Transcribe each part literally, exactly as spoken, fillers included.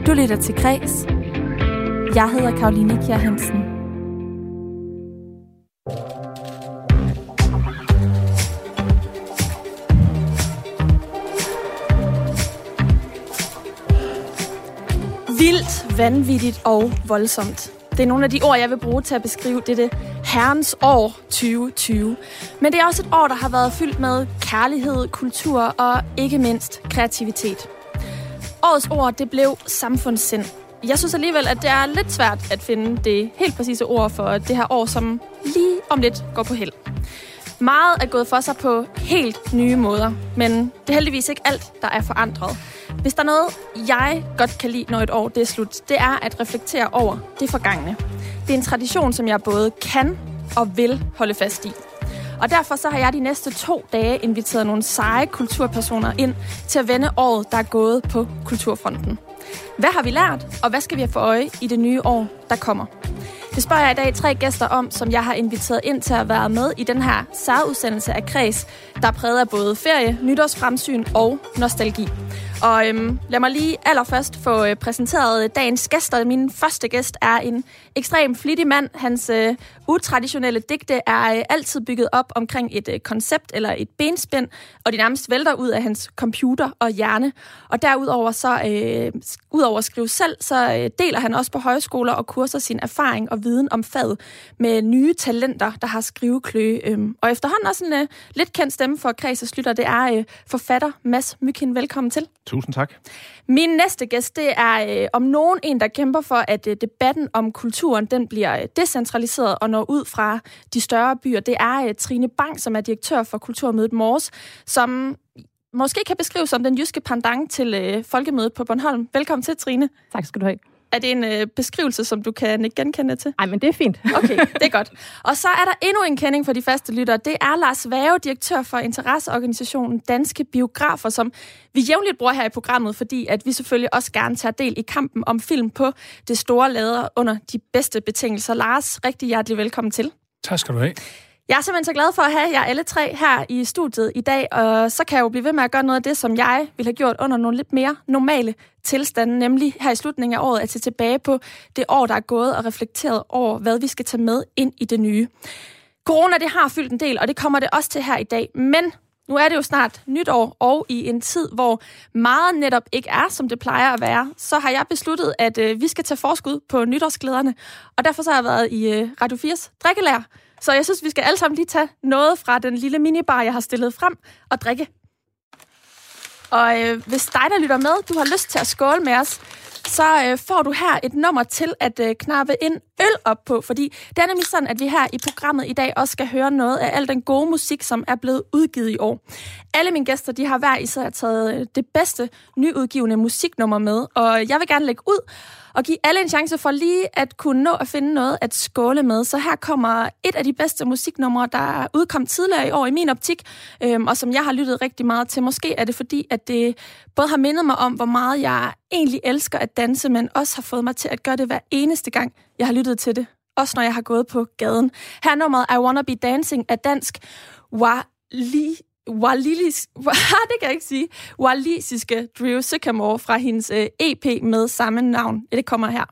Du lytter til Kres. Jeg hedder Karoline Kjær Hansen. Vildt, vanvittigt og voldsomt. Det er nogle af de ord, jeg vil bruge til at beskrive dette herrens år tyve tyve. Men det er også et år, der har været fyldt med kærlighed, kultur og ikke mindst kreativitet. Årets ord, det blev samfundssind. Jeg synes alligevel, at det er lidt svært at finde det helt præcise ord for det her år, som lige om lidt går på held. Meget er gået for sig på helt nye måder, men det er heldigvis ikke alt, der er forandret. Hvis der er noget, jeg godt kan lide, når et år det er slut, det er at reflektere over det forgangne. Det er en tradition, som jeg både kan og vil holde fast i. Og derfor så har jeg de næste to dage inviteret nogle seje kulturpersoner ind til at vende året, der er gået på kulturfronten. Hvad har vi lært, og hvad skal vi have for øje i det nye år, der kommer? Det spørger jeg i dag tre gæster om, som jeg har inviteret ind til at være med i den her særudsendelse af Kres, der er præget af både ferie, nytårsfremsyn og nostalgi. Og øhm, lad mig lige allerførst få øh, præsenteret dagens gæster. Min første gæst er en ekstrem flittig mand. Hans øh, utraditionelle digte er øh, altid bygget op omkring et øh, koncept eller et benspænd, og de nærmest vælter ud af hans computer og hjerne. Og derudover så, øh, udover at skrive selv, så øh, deler han også på højskoler og kurser sin erfaring og viden om faget med nye talenter, der har skrivekløe. Øh. Og efterhånden også en øh, lidt kendt stemme for Kres' lytter, det er øh, forfatter Mads Mykin. Velkommen til. Tusind tak. Min næste gæst, det er øh, om nogen en, der kæmper for, at øh, debatten om kulturen, den bliver øh, decentraliseret og når ud fra de større byer. Det er øh, Trine Bang, som er direktør for Kulturmødet Mors, som måske kan beskrives som den jyske pendant til øh, Folkemødet på Bornholm. Velkommen til, Trine. Tak skal du have. Er det en øh, beskrivelse, som du kan ikke genkende til? Nej, men det er fint. Okay, det er godt. Og så er der endnu en kending for de faste lyttere. Det er Lars Vave, direktør for interesseorganisationen Danske Biografer, som vi jævnligt bruger her i programmet, fordi at vi selvfølgelig også gerne tager del i kampen om film på det store lader under de bedste betingelser. Lars, rigtig hjertelig velkommen til. Tak skal du have. Jeg er simpelthen så glad for at have jer alle tre her i studiet i dag, og så kan jeg jo blive ved med at gøre noget af det, som jeg ville have gjort under nogle lidt mere normale tilstande, nemlig her i slutningen af året at se tilbage på det år, der er gået og reflekteret over, hvad vi skal tage med ind i det nye. Corona, det har fyldt en del, og det kommer det også til her i dag, men nu er det jo snart nytår, og i en tid, hvor meget netop ikke er, som det plejer at være, så har jeg besluttet, at øh, vi skal tage forskud på nytårsglæderne, og derfor så har jeg været i øh, Radio fires drikkelær. Så jeg synes, vi skal alle sammen lige tage noget fra den lille minibar, jeg har stillet frem, og drikke. Og øh, hvis dig, der lytter med, du har lyst til at skåle med os, så øh, får du her et nummer til at øh, knappe en øl op på. Fordi det er nemlig sådan, at vi her i programmet i dag også skal høre noget af al den gode musik, som er blevet udgivet i år. Alle mine gæster, de har hver især taget øh, det bedste nyudgivende musiknummer med. Og jeg vil gerne lægge ud og give alle en chance for lige at kunne nå at finde noget at skåle med. Så her kommer et af de bedste musiknumre, der udkom tidligere i år i min optik, øhm, og som jeg har lyttet rigtig meget til. Måske er det fordi, at det både har mindet mig om, hvor meget jeg egentlig elsker at danse, men også har fået mig til at gøre det hver eneste gang, jeg har lyttet til det. Også når jeg har gået på gaden. Her er nummeret I Wanna Be Dancing af dansk Wali... Walilis, det kan jeg ikke sige. Walisiske Drew Sycamore fra hendes øh, E P med samme navn. Det kommer her.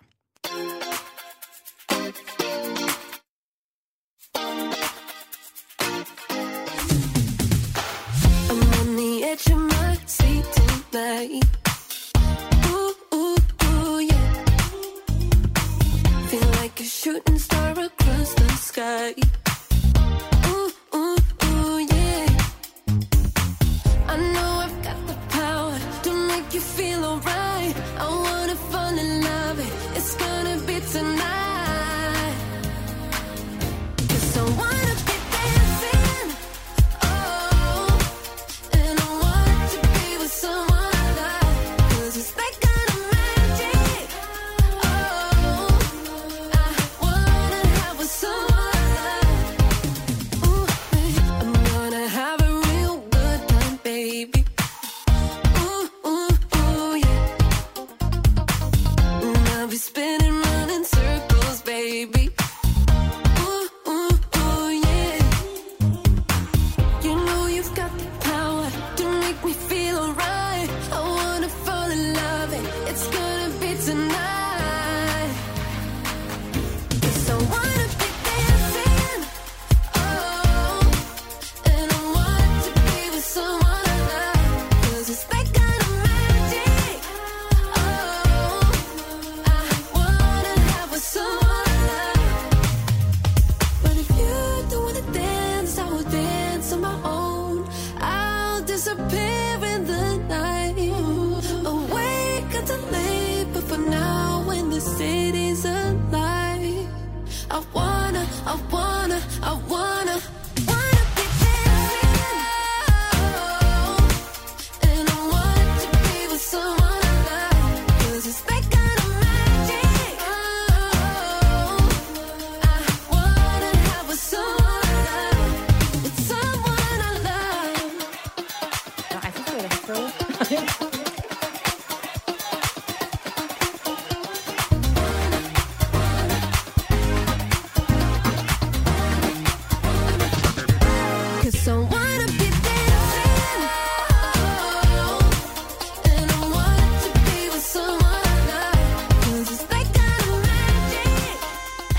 I'm on the edge of my seat tonight. Ooh, ooh, ooh, yeah. Feel like a shooting star across the sky. You feel alright. I wanna fall in love. It's gonna be tonight. 'Cause I wanna be dancing. Oh, and I want to be with someone I love.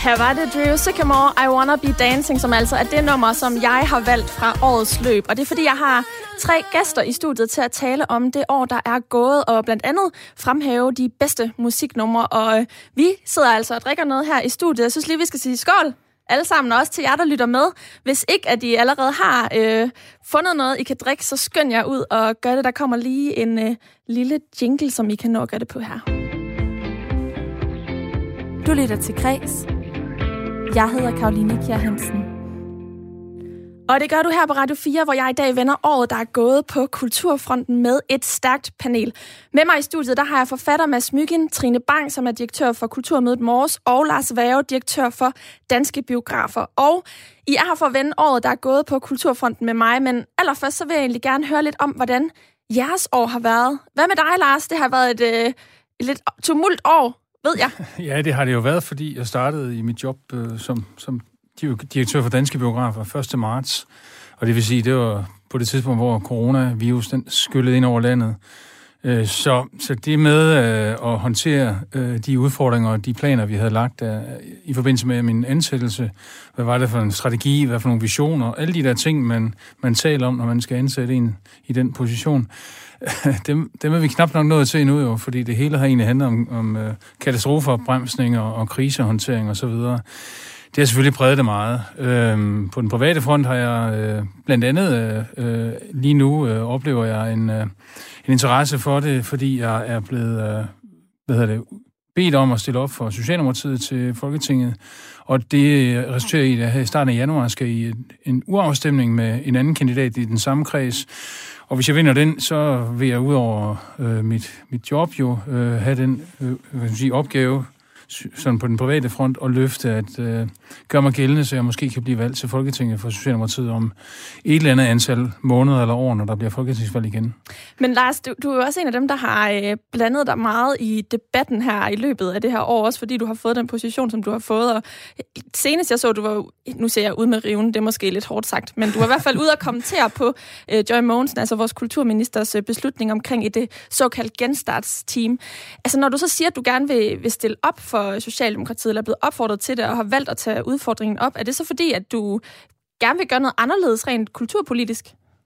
Her var det Drew Sycamore, I Wanna Be Dancing, som altså er det nummer, som jeg har valgt fra årets løb. Og det er fordi, jeg har tre gæster i studiet til at tale om det år, der er gået, og blandt andet fremhæve de bedste musiknumre. Og vi sidder altså og drikker noget her i studiet. Jeg synes lige, vi skal sige skål alle sammen, og også til jer, der lytter med. Hvis ikke, at I allerede har øh, fundet noget, I kan drikke, så skynd jer ud og gør det. Der kommer lige en øh, lille jingle, som I kan nå at gøre det på her. Du lytter til Kreds. Jeg hedder Karoline Kjær Hansen. Og det gør du her på Radio fire, hvor jeg i dag vender året, der er gået på kulturfronten med et stærkt panel. Med mig i studiet, der har jeg forfatter Mads Myggen, Trine Bang, som er direktør for Kulturmødet Mors, og Lars Værge, direktør for Danske Biografer. Og I er her for at vende året, der er gået på kulturfronten med mig, men allerførst så vil jeg egentlig gerne høre lidt om, hvordan jeres år har været. Hvad med dig, Lars? Det har været et, øh, et lidt tumult år, ved jeg. Ja, det har det jo været, fordi jeg startede i mit job øh, som, som direktør for Danske Biografer første marts. Og det vil sige, det var på det tidspunkt, hvor coronavirus den skyllede ind over landet. Øh, så, så det med øh, at håndtere øh, de udfordringer og de planer, vi havde lagt øh, i forbindelse med min ansættelse, hvad var det for en strategi, hvad for nogle visioner, alle de der ting, man, man taler om, når man skal ansætte en i den position, Dem, dem er vi knap nok nået til endnu, jo, fordi det hele har egentlig handlet om, om uh, katastrofeopbremsning og, og krisehåndtering og så videre. Det har selvfølgelig præget det meget. Øhm, på den private front har jeg øh, blandt andet øh, lige nu øh, oplever jeg en, øh, en interesse for det, fordi jeg er blevet øh, hvad hedder det, bedt om at stille op for Socialdemokratiet til Folketinget, og det resulterer i, at her i starten af januar skal I en, en urafstemning med en anden kandidat i den samme kreds. Og hvis jeg vinder den, så vil jeg ud over øh, mit, mit job jo øh, have den øh, hvad skal man sige, opgave sådan på den private front og løfte at øh, gøre mig gældende, så jeg måske kan blive valgt til Folketinget for Socialdemokratiet om et eller andet antal måneder eller år, når der bliver folketingsvalg igen. Men Lars, du, du er jo også en af dem, der har øh, blandet dig meget i debatten her i løbet af det her år, også fordi du har fået den position, som du har fået. Og senest jeg så, du var, nu ser jeg ud med riven, det er måske lidt hårdt sagt, men du var i hvert fald ude at kommentere på øh, Joy Mogensen, altså vores kulturministers øh, beslutning omkring et det såkaldt genstartsteam. Altså når du så siger, at du gerne vil, vil stille op for Socialdemokratiet, eller er blevet opfordret til det, og har valgt at tage udfordringen op, er det så fordi, at du gerne vil gøre noget anderledes rent kulturpolitisk?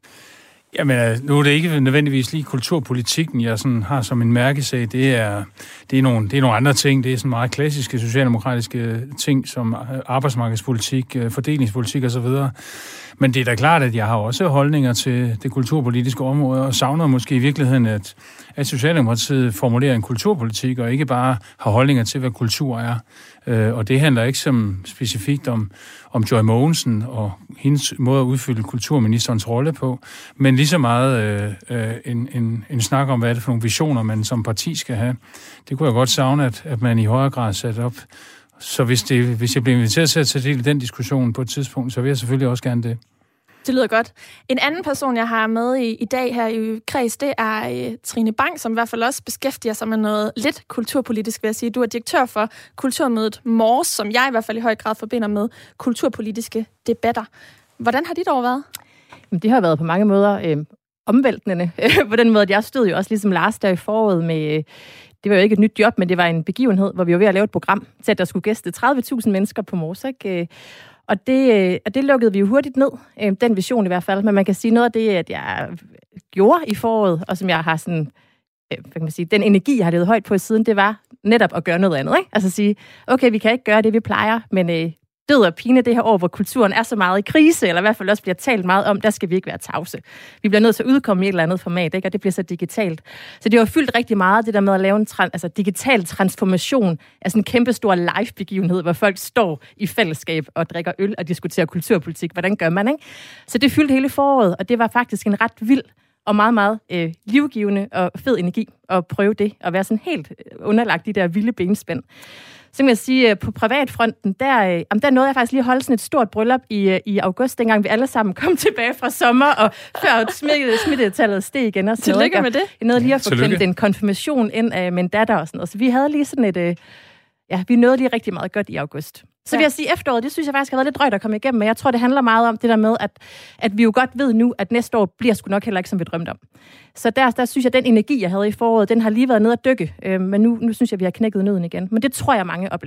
Jamen, nu er det ikke nødvendigvis lige kulturpolitikken, jeg sådan har som en mærkesag. Det er, det er, nogle, det er nogle andre ting. Det er sådan meget klassiske socialdemokratiske ting, som arbejdsmarkedspolitik, fordelingspolitik osv. Men det er da klart, at jeg har også holdninger til det kulturpolitiske område, og savner måske i virkeligheden, at, at Socialdemokratiet formulerer en kulturpolitik, og ikke bare har holdninger til, hvad kultur er. Øh, og det handler ikke som specifikt om, om Joy Mogensen og hendes måde at udfylde kulturministerens rolle på, men lige så meget øh, en, en, en snak om, hvad er det for nogle visioner, man som parti skal have. Det kunne jeg godt savne, at, at man i højere grad satte op. Så hvis, det, hvis jeg bliver inviteret til at tage del i den diskussion på et tidspunkt, så vil jeg selvfølgelig også gerne det. Det lyder godt. En anden person, jeg har med i, i dag her i Kreds, det er uh, Trine Bang, som i hvert fald også beskæftiger sig med noget lidt kulturpolitisk, vil jeg sige. Du er direktør for Kulturmødet Mors, som jeg i hvert fald i høj grad forbinder med kulturpolitiske debatter. Hvordan har dit år været? Det har været på mange måder øh, omvæltende. På den måde, at jeg stod jo også ligesom Lars der i foråret med... Det var jo ikke et nyt job, men det var en begivenhed, hvor vi var ved at lave et program til, at der skulle gæste tredive tusind mennesker på Mors, ikke? Og det, og det lukkede vi jo hurtigt ned, den vision i hvert fald. Men man kan sige noget af det, at jeg gjorde i foråret, og som jeg har sådan, hvad kan man sige, den energi, jeg har levet højt på siden, det var netop at gøre noget andet, ikke? Altså sige, okay, vi kan ikke gøre det, vi plejer, men øh, død og pine det her år, hvor kulturen er så meget i krise, eller i hvert fald også bliver talt meget om, der skal vi ikke være tavse. Vi bliver nødt til at udkomme i et eller andet format, ikke? Og det bliver så digitalt. Så det har fyldt rigtig meget, det der med at lave en tra- altså, digital transformation af sådan en kæmpestor live-begivenhed, hvor folk står i fællesskab og drikker øl og diskuterer kulturpolitik. Hvordan gør man, ikke? Så det fyldte hele foråret, og det var faktisk en ret vild og meget, meget øh, livgivende og fed energi at prøve det, og være sådan helt underlagt de der vilde benspænd. Så kan jeg sige, at på privatfronten, der, der nåede jeg faktisk lige at holde sådan et stort bryllup i, i august, dengang vi alle sammen kom tilbage fra sommer, og før smittetallet steg igen. Og Tillykke med det. Jeg nåede lige at få kendt en konfirmation ind af min datter og sådan noget. Så vi havde lige sådan et... Ja, vi nåede lige rigtig meget godt i august. Så vil jeg sige, efteråret, det synes jeg faktisk har været lidt drøjt at komme igennem, men jeg tror, det handler meget om det der med, at, at vi jo godt ved nu, at næste år bliver sgu nok heller ikke, som vi drømte om. Så der, der synes jeg, at den energi, jeg havde i foråret, den har lige været nede at dykke, øh, men nu, nu synes jeg, vi har knækket nøden igen. Men det tror jeg, mange oplever.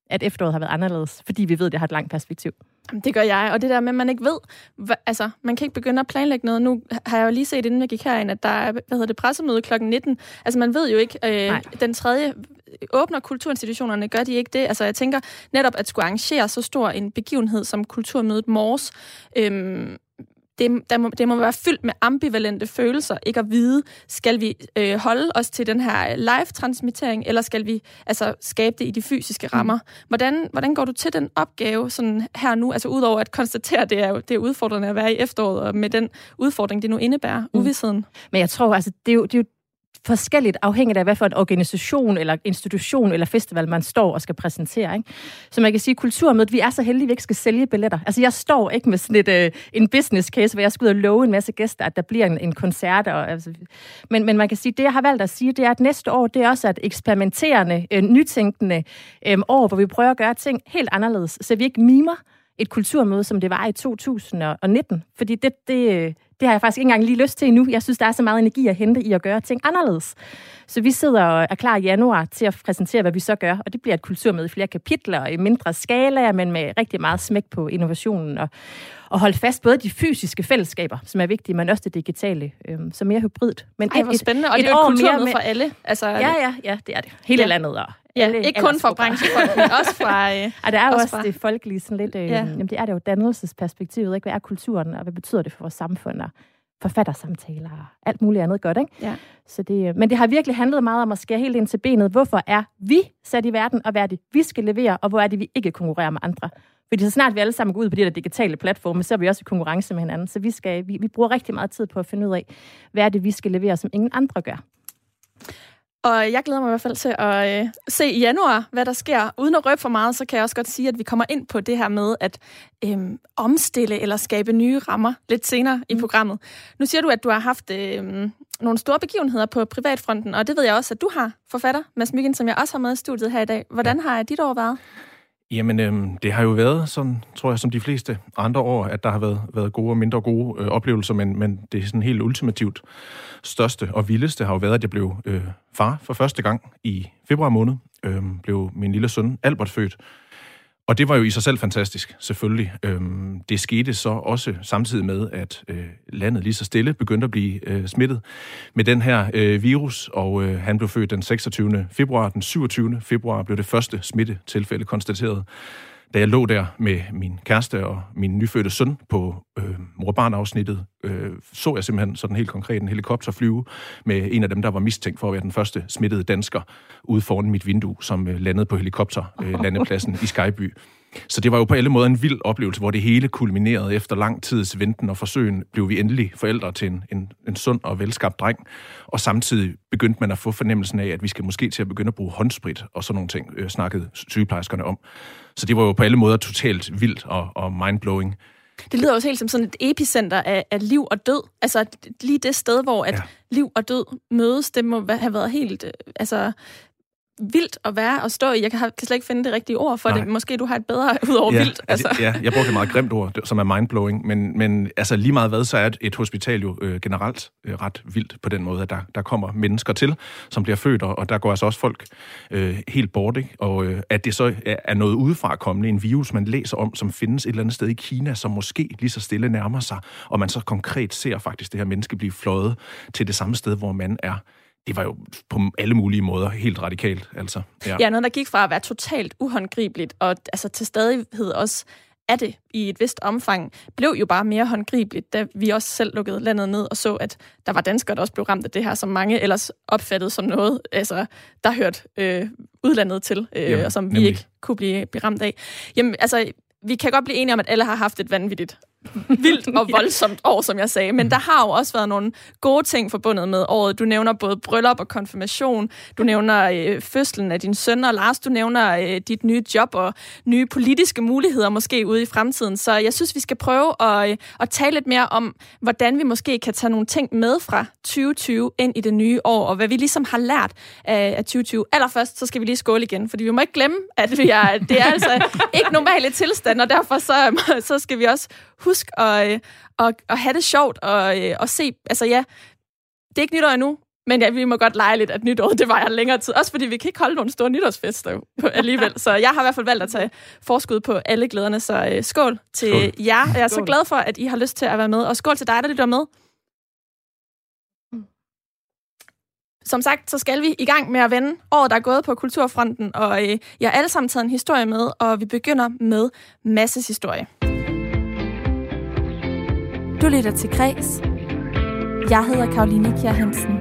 at efteråret har været anderledes, fordi vi ved, at det har et langt perspektiv. Det gør jeg, og det der med, at man ikke ved, hva, altså, man kan ikke begynde at planlægge noget. Nu har jeg jo lige set, inden jeg gik herind, at der er, hvad hedder det, pressemøde klokken nitten. Altså, man ved jo ikke, øh, den tredje åbner kulturinstitutionerne, gør de ikke det? Altså, jeg tænker netop, at skulle arrangere så stor en begivenhed som Kulturmødet Mors, øh, Det, der må, det må være fyldt med ambivalente følelser, ikke at vide, skal vi øh, holde os til den her live-transmittering, eller skal vi altså skabe det i de fysiske rammer? Mm. Hvordan, hvordan går du til den opgave sådan her nu? Altså udover at konstatere, det er jo det er udfordrende at være i efteråret, og med den udfordring, det nu indebærer, mm. uvisheden. Men jeg tror, altså, det er jo, det er jo forskelligt afhængigt af, hvad for en organisation, eller institution, eller festival, man står og skal præsentere. Ikke? Så man kan sige, at Kulturmødet, vi er så heldige, at vi ikke skal sælge billetter. Altså, jeg står ikke med sådan et, øh, en business case, hvor jeg skal ud og love en masse gæster, at der bliver en, en koncert. Og, altså, men, men man kan sige, det jeg har valgt at sige, det er, at næste år, det er også et eksperimenterende, øh, nytænkende øh, år, hvor vi prøver at gøre ting helt anderledes, så vi ikke mimer et kulturmøde, som det var i to tusind nitten. Fordi det, det, det har jeg faktisk ikke engang lige lyst til endnu. Jeg synes, der er så meget energi at hente i at gøre ting anderledes. Så vi sidder og er klar i januar til at præsentere, hvad vi så gør. Og det bliver et kulturmøde i flere kapitler og i mindre skala, men med rigtig meget smæk på innovationen. Og, og holde fast både de fysiske fællesskaber, som er vigtige, men også det digitale, øhm, som mere hybridt. Men Ej, hvor spændende. Og et, det er jo et kulturmøde med for alle. Altså, ja, ja, ja, det er det. Hele ja. landet og ja, alle, ikke kun for branchefolk, men også fra... Øh, og der er jo også, også fra... det folkelige sådan lidt... Øh, ja. Jamen, det er det jo dannelsesperspektivet, ikke? Hvad er kulturen, og hvad betyder det for vores samfund, og forfattersamtaler og alt muligt andet godt, ikke? Ja. Så det, men det har virkelig handlet meget om at skære helt ind til benet. Hvorfor er vi sat i verden, og hvad er det, vi skal levere, og hvor er det, vi ikke konkurrerer med andre? Fordi så snart vi alle sammen går ud på de der digitale platforme, så er vi også i konkurrence med hinanden. Så vi, skal, vi, vi bruger rigtig meget tid på at finde ud af, hvad er det, vi skal levere, som ingen andre gør. Og jeg glæder mig i hvert fald til at øh, se i januar, hvad der sker. Uden at røbe for meget, så kan jeg også godt sige, at vi kommer ind på det her med at øh, omstille eller skabe nye rammer lidt senere mm. i programmet. Nu siger du, at du har haft øh, nogle store begivenheder på privatfronten, og det ved jeg også, at du har, forfatter Mads Myggen, som jeg også har med i studiet her i dag. Hvordan har dit år været? Jamen, øhm, det har jo været sådan, tror jeg, som de fleste andre år, at der har været, været gode og mindre gode øh, oplevelser, men, men det er sådan helt ultimativt største og vildeste har jo været, at jeg blev øh, far for første gang i februar måned. Øh, blev min lille søn Albert født. Og det var jo i sig selv fantastisk, selvfølgelig. Øhm, det skete så også samtidig med, at øh, landet lige så stille begyndte at blive øh, smittet med den her øh, virus, og øh, han blev født den seksogtyvende februar. Den syvogtyvende februar blev det første smittetilfælde konstateret. Da jeg lå der med min kæreste og min nyfødte søn på øh, mor-barn-afsnittet, øh, så jeg simpelthen sådan helt konkret en helikopter flyve med en af dem, der var mistænkt for at være den første smittede dansker ude foran mit vindue, som øh, landede på helikopterlandepladsen øh, i Skyby. Så det var jo på alle måder en vild oplevelse, hvor det hele kulminerede efter lang tids venten og forsøgen, blev vi endelig forældre til en, en, en sund og velskabt dreng. Og samtidig begyndte man at få fornemmelsen af, at vi skal måske til at begynde at bruge håndsprit og sådan nogle ting, øh, snakkede sygeplejerskerne om. Så det var jo på alle måder totalt vildt og, og mindblowing. Det lyder også helt som sådan et epicenter af, af liv og død. Altså lige det sted, hvor at ja. liv og død mødes, det må have været helt... Altså vildt at være og stå i. Jeg kan, kan slet ikke finde det rigtige ord for Nej. det. Måske du har et bedre ud over ja, vildt. Altså. Ja, jeg brugte et meget grimt ord, som er mindblowing, men, men altså lige meget hvad, så er et, et hospital jo øh, generelt øh, ret vildt på den måde, at der, der kommer mennesker til, som bliver født, og, og der går altså også folk øh, helt bort, ikke? Og øh, at det så er, er noget udefra kommende, en virus, man læser om, som findes et eller andet sted i Kina, som måske lige så stille nærmer sig, og man så konkret ser faktisk det her menneske blive fløjet til det samme sted, hvor man er. Det var jo på alle mulige måder helt radikalt, altså. Ja, ja noget, der gik fra at være totalt uhåndgribeligt, og altså til stadighed også er det i et vist omfang, blev jo bare mere håndgribeligt, da vi også selv lukkede landet ned og så, at der var danskere, der også blev ramt af det her, som mange ellers opfattede som noget, altså, der hørte øh, udlandet til, øh, Jamen, og som vi nemlig. ikke kunne blive, blive ramt af. Jamen, altså, vi kan godt blive enige om, at alle har haft et vanvittigt vildt og voldsomt år, som jeg sagde. Men der har jo også været nogle gode ting forbundet med året. Du nævner både bryllup og konfirmation. Du nævner øh, fødslen af din søn, og Lars, du nævner øh, dit nye job og nye politiske muligheder måske ude i fremtiden. Så jeg synes, vi skal prøve at, øh, at tale lidt mere om, hvordan vi måske kan tage nogle ting med fra tyve tyve ind i det nye år, og hvad vi ligesom har lært af, af tyve tyve. Allerførst, så skal vi lige skåle igen, fordi vi må ikke glemme, at vi er, det er altså ikke normale tilstand, og derfor så, så skal vi også husk at, at, at have det sjovt og at se, altså ja, det er ikke nytår endnu, Men ja, vi må godt lege lidt, at nytår, det var jeg længere tid. Også fordi vi kan ikke holde nogen store nytårsfester alligevel. Så jeg har i hvert fald valgt at tage forskud på alle glæderne. Så øh, skål til skål. jer. Jeg er skål. så glad for, at I har lyst til at være med. Og skål til dig, der lytter med. Som sagt, så skal vi i gang med at vende året, der er gået på kulturfronten. Og øh, jeg har alle sammen taget en historie med, og vi begynder med Masses historie. Du lytter til Kreds. Jeg hedder Karoline Kjær Hansen.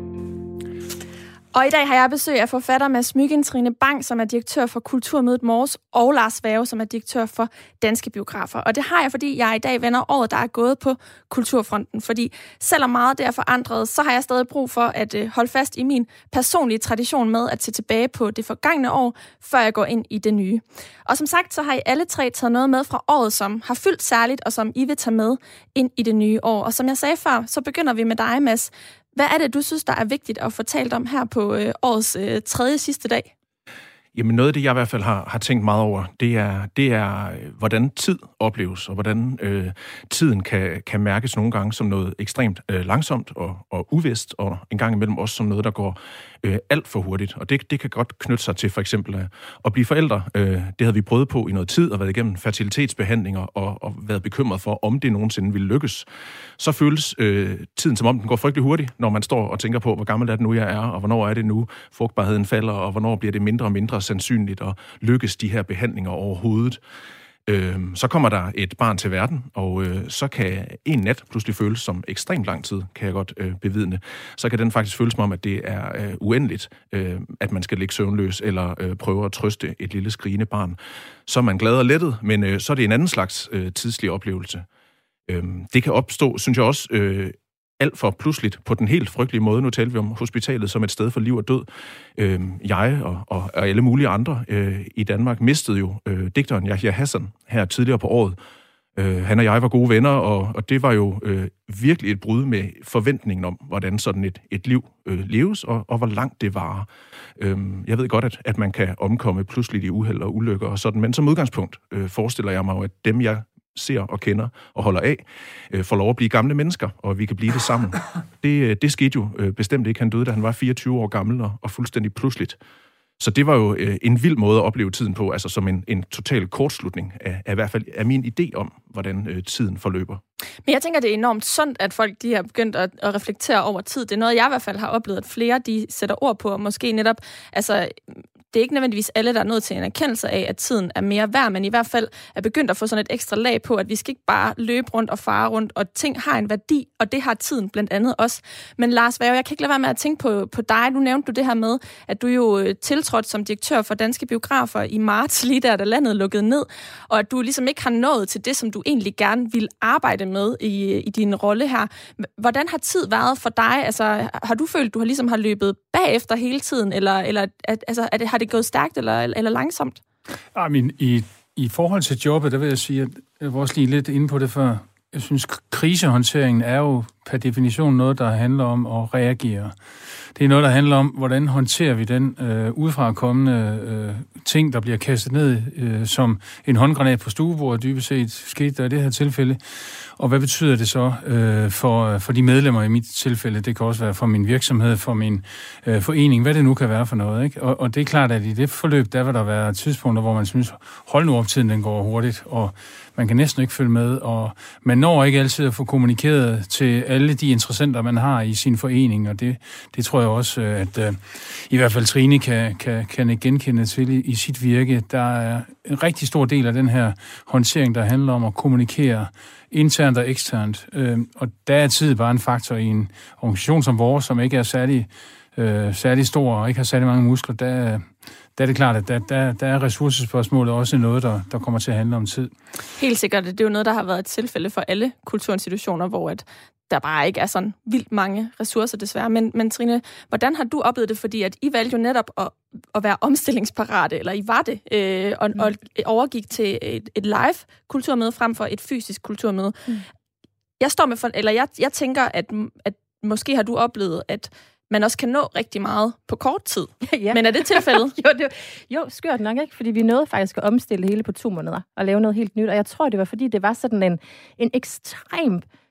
Og i dag har jeg besøg af forfatter Mads Myggen, Trine Bang, som er direktør for Kulturmødet Mors, og Lars Værge, som er direktør for Danske Biografer. Og det har jeg, fordi jeg i dag vender året, der er gået på kulturfronten. Fordi selvom meget det er forandret, så har jeg stadig brug for at holde fast i min personlige tradition med at se tilbage på det forgangne år, før jeg går ind i det nye. Og som sagt, så har I alle tre taget noget med fra året, som har fyldt særligt, og som I vil tage med ind i det nye år. Og som jeg sagde før, så begynder vi med dig, Mads. Hvad er det, du synes, der er vigtigt at få talt om her på øh, årets øh, tredje sidste dag? Jamen noget af det, jeg i hvert fald har, har tænkt meget over, det er, det er hvordan tid opleves, og hvordan øh, tiden kan, kan mærkes nogle gange som noget ekstremt øh, langsomt og, og uvist, og en gang imellem også som noget, der går øh, alt for hurtigt. Og det, det kan godt knytte sig til for eksempel at, at blive forældre. Øh, det havde vi prøvet på i noget tid, og været igennem fertilitetsbehandlinger, og, og været bekymret for, om det nogensinde ville lykkes. Så føles øh, tiden, som om den går frygtelig hurtigt, når man står og tænker på, hvor gammel er det nu, jeg er, og hvornår er det nu, frugtbarheden falder, og hvornår bliver det mindre og mindre sandsynligt at lykkes de her behandlinger overhovedet. Øh, så kommer der et barn til verden, og øh, så kan en nat pludselig føles som ekstremt lang tid, kan jeg godt øh, bevidne. Så kan den faktisk føles som om, at det er øh, uendeligt, øh, at man skal ligge søvnløs, eller øh, prøve at trøste et lille skrigende barn. Så er man glad og lettet, men øh, så er det en anden slags øh, tidslig oplevelse. Øh, det kan opstå, synes jeg også, øh, alt for pludseligt på den helt frygtelige måde. Nu taler vi om hospitalet som et sted for liv og død. Øh, jeg og, og, og alle mulige andre øh, i Danmark mistede jo øh, digteren Yahya Hassan her tidligere på året. Øh, han og jeg var gode venner, og, og det var jo øh, virkelig et brud med forventningen om, hvordan sådan et, et liv øh, leves, og, og hvor langt det varer. Øh, jeg ved godt, at, at man kan omkomme pludseligt i uheld og ulykker og sådan, men som udgangspunkt øh, forestiller jeg mig jo, at dem, jeg ser og kender og holder af, øh, får lov at blive gamle mennesker, og vi kan blive det sammen. Det, det skete jo øh, bestemt ikke. Han døde, da han var fireogtyve år gammel, og, og fuldstændig pludseligt. Så det var jo øh, en vild måde at opleve tiden på, altså som en, en total kortslutning af, af i hvert fald af min idé om, hvordan øh, tiden forløber. Men jeg tænker, det er enormt sundt, at folk de har begyndt at, at reflektere over tid. Det er noget, jeg i hvert fald har oplevet, at flere de sætter ord på, og måske netop, altså det er ikke nødvendigvis alle, der er nået til en erkendelse af, at tiden er mere værd, men i hvert fald er begyndt at få sådan et ekstra lag på, at vi skal ikke bare løbe rundt og fare rundt, og ting har en værdi, og det har tiden blandt andet også. Men Lars Værge, jeg kan ikke lade være med at tænke på, på dig. Nu nævnte du det her med, at du jo tiltrådte som direktør for Danske Biografer i marts, lige der, da landet lukkede ned, og at du ligesom ikke har nået til det, som du egentlig gerne vil arbejde med i, i din rolle her. Hvordan har tid været for dig? Altså, har du følt, du har ligesom har løbet bagefter hele tiden, eller, eller at, altså, er det, har det gået stærkt eller, eller langsomt? I, mean, i, I forhold til jobbet, der vil jeg sige, at jeg var også lige lidt inde på det før. Jeg synes, krisehåndteringen er jo per definition noget, der handler om at reagere. Det er noget, der handler om, hvordan håndterer vi den øh, udefrakommende øh, ting, der bliver kastet ned øh, som en håndgranat på stuebordet, dybest set skete der i det her tilfælde. Og hvad betyder det så øh, for, for de medlemmer i mit tilfælde? Det kan også være for min virksomhed, for min øh, forening, hvad det nu kan være for noget. Ikke? Og, og det er klart, at i det forløb, der vil der være tidspunkter, hvor man synes, hold nu op, tiden den går hurtigt, og man kan næsten ikke følge med, og man når ikke altid at få kommunikeret til alle de interessenter, man har i sin forening, og det, det tror jeg også, at uh, i hvert fald Trine kan, kan, kan genkende til i, i sit virke. Der er en rigtig stor del af den her håndtering, der handler om at kommunikere internt og eksternt, uh, og der er tid bare en faktor i en organisation som vores, som ikke er særlig, uh, særlig stor og ikke har særlig mange muskler. Der Der er det klart, at der, der, der er ressourcespørgsmålet også noget, der, der kommer til at handle om tid. Helt sikkert. Det er jo noget, der har været et tilfælde for alle kulturinstitutioner, hvor at der bare ikke er sådan vildt mange ressourcer desværre. Men, men Trine, hvordan har du oplevet det? Fordi at I valgte jo netop at, at være omstillingsparate, eller I var det, øh, og, mm. og overgik til et, et live kulturmøde frem for et fysisk kulturmøde. Mm. Jeg står med for, eller jeg, jeg tænker, at, at måske har du oplevet, at man også kan nå rigtig meget på kort tid. Ja. Men er det tilfældet? jo, det, jo, skørt nok ikke, fordi vi nåede faktisk at omstille hele på to måneder og lave noget helt nyt. Og jeg tror, det var, fordi det var sådan en, en ekstrem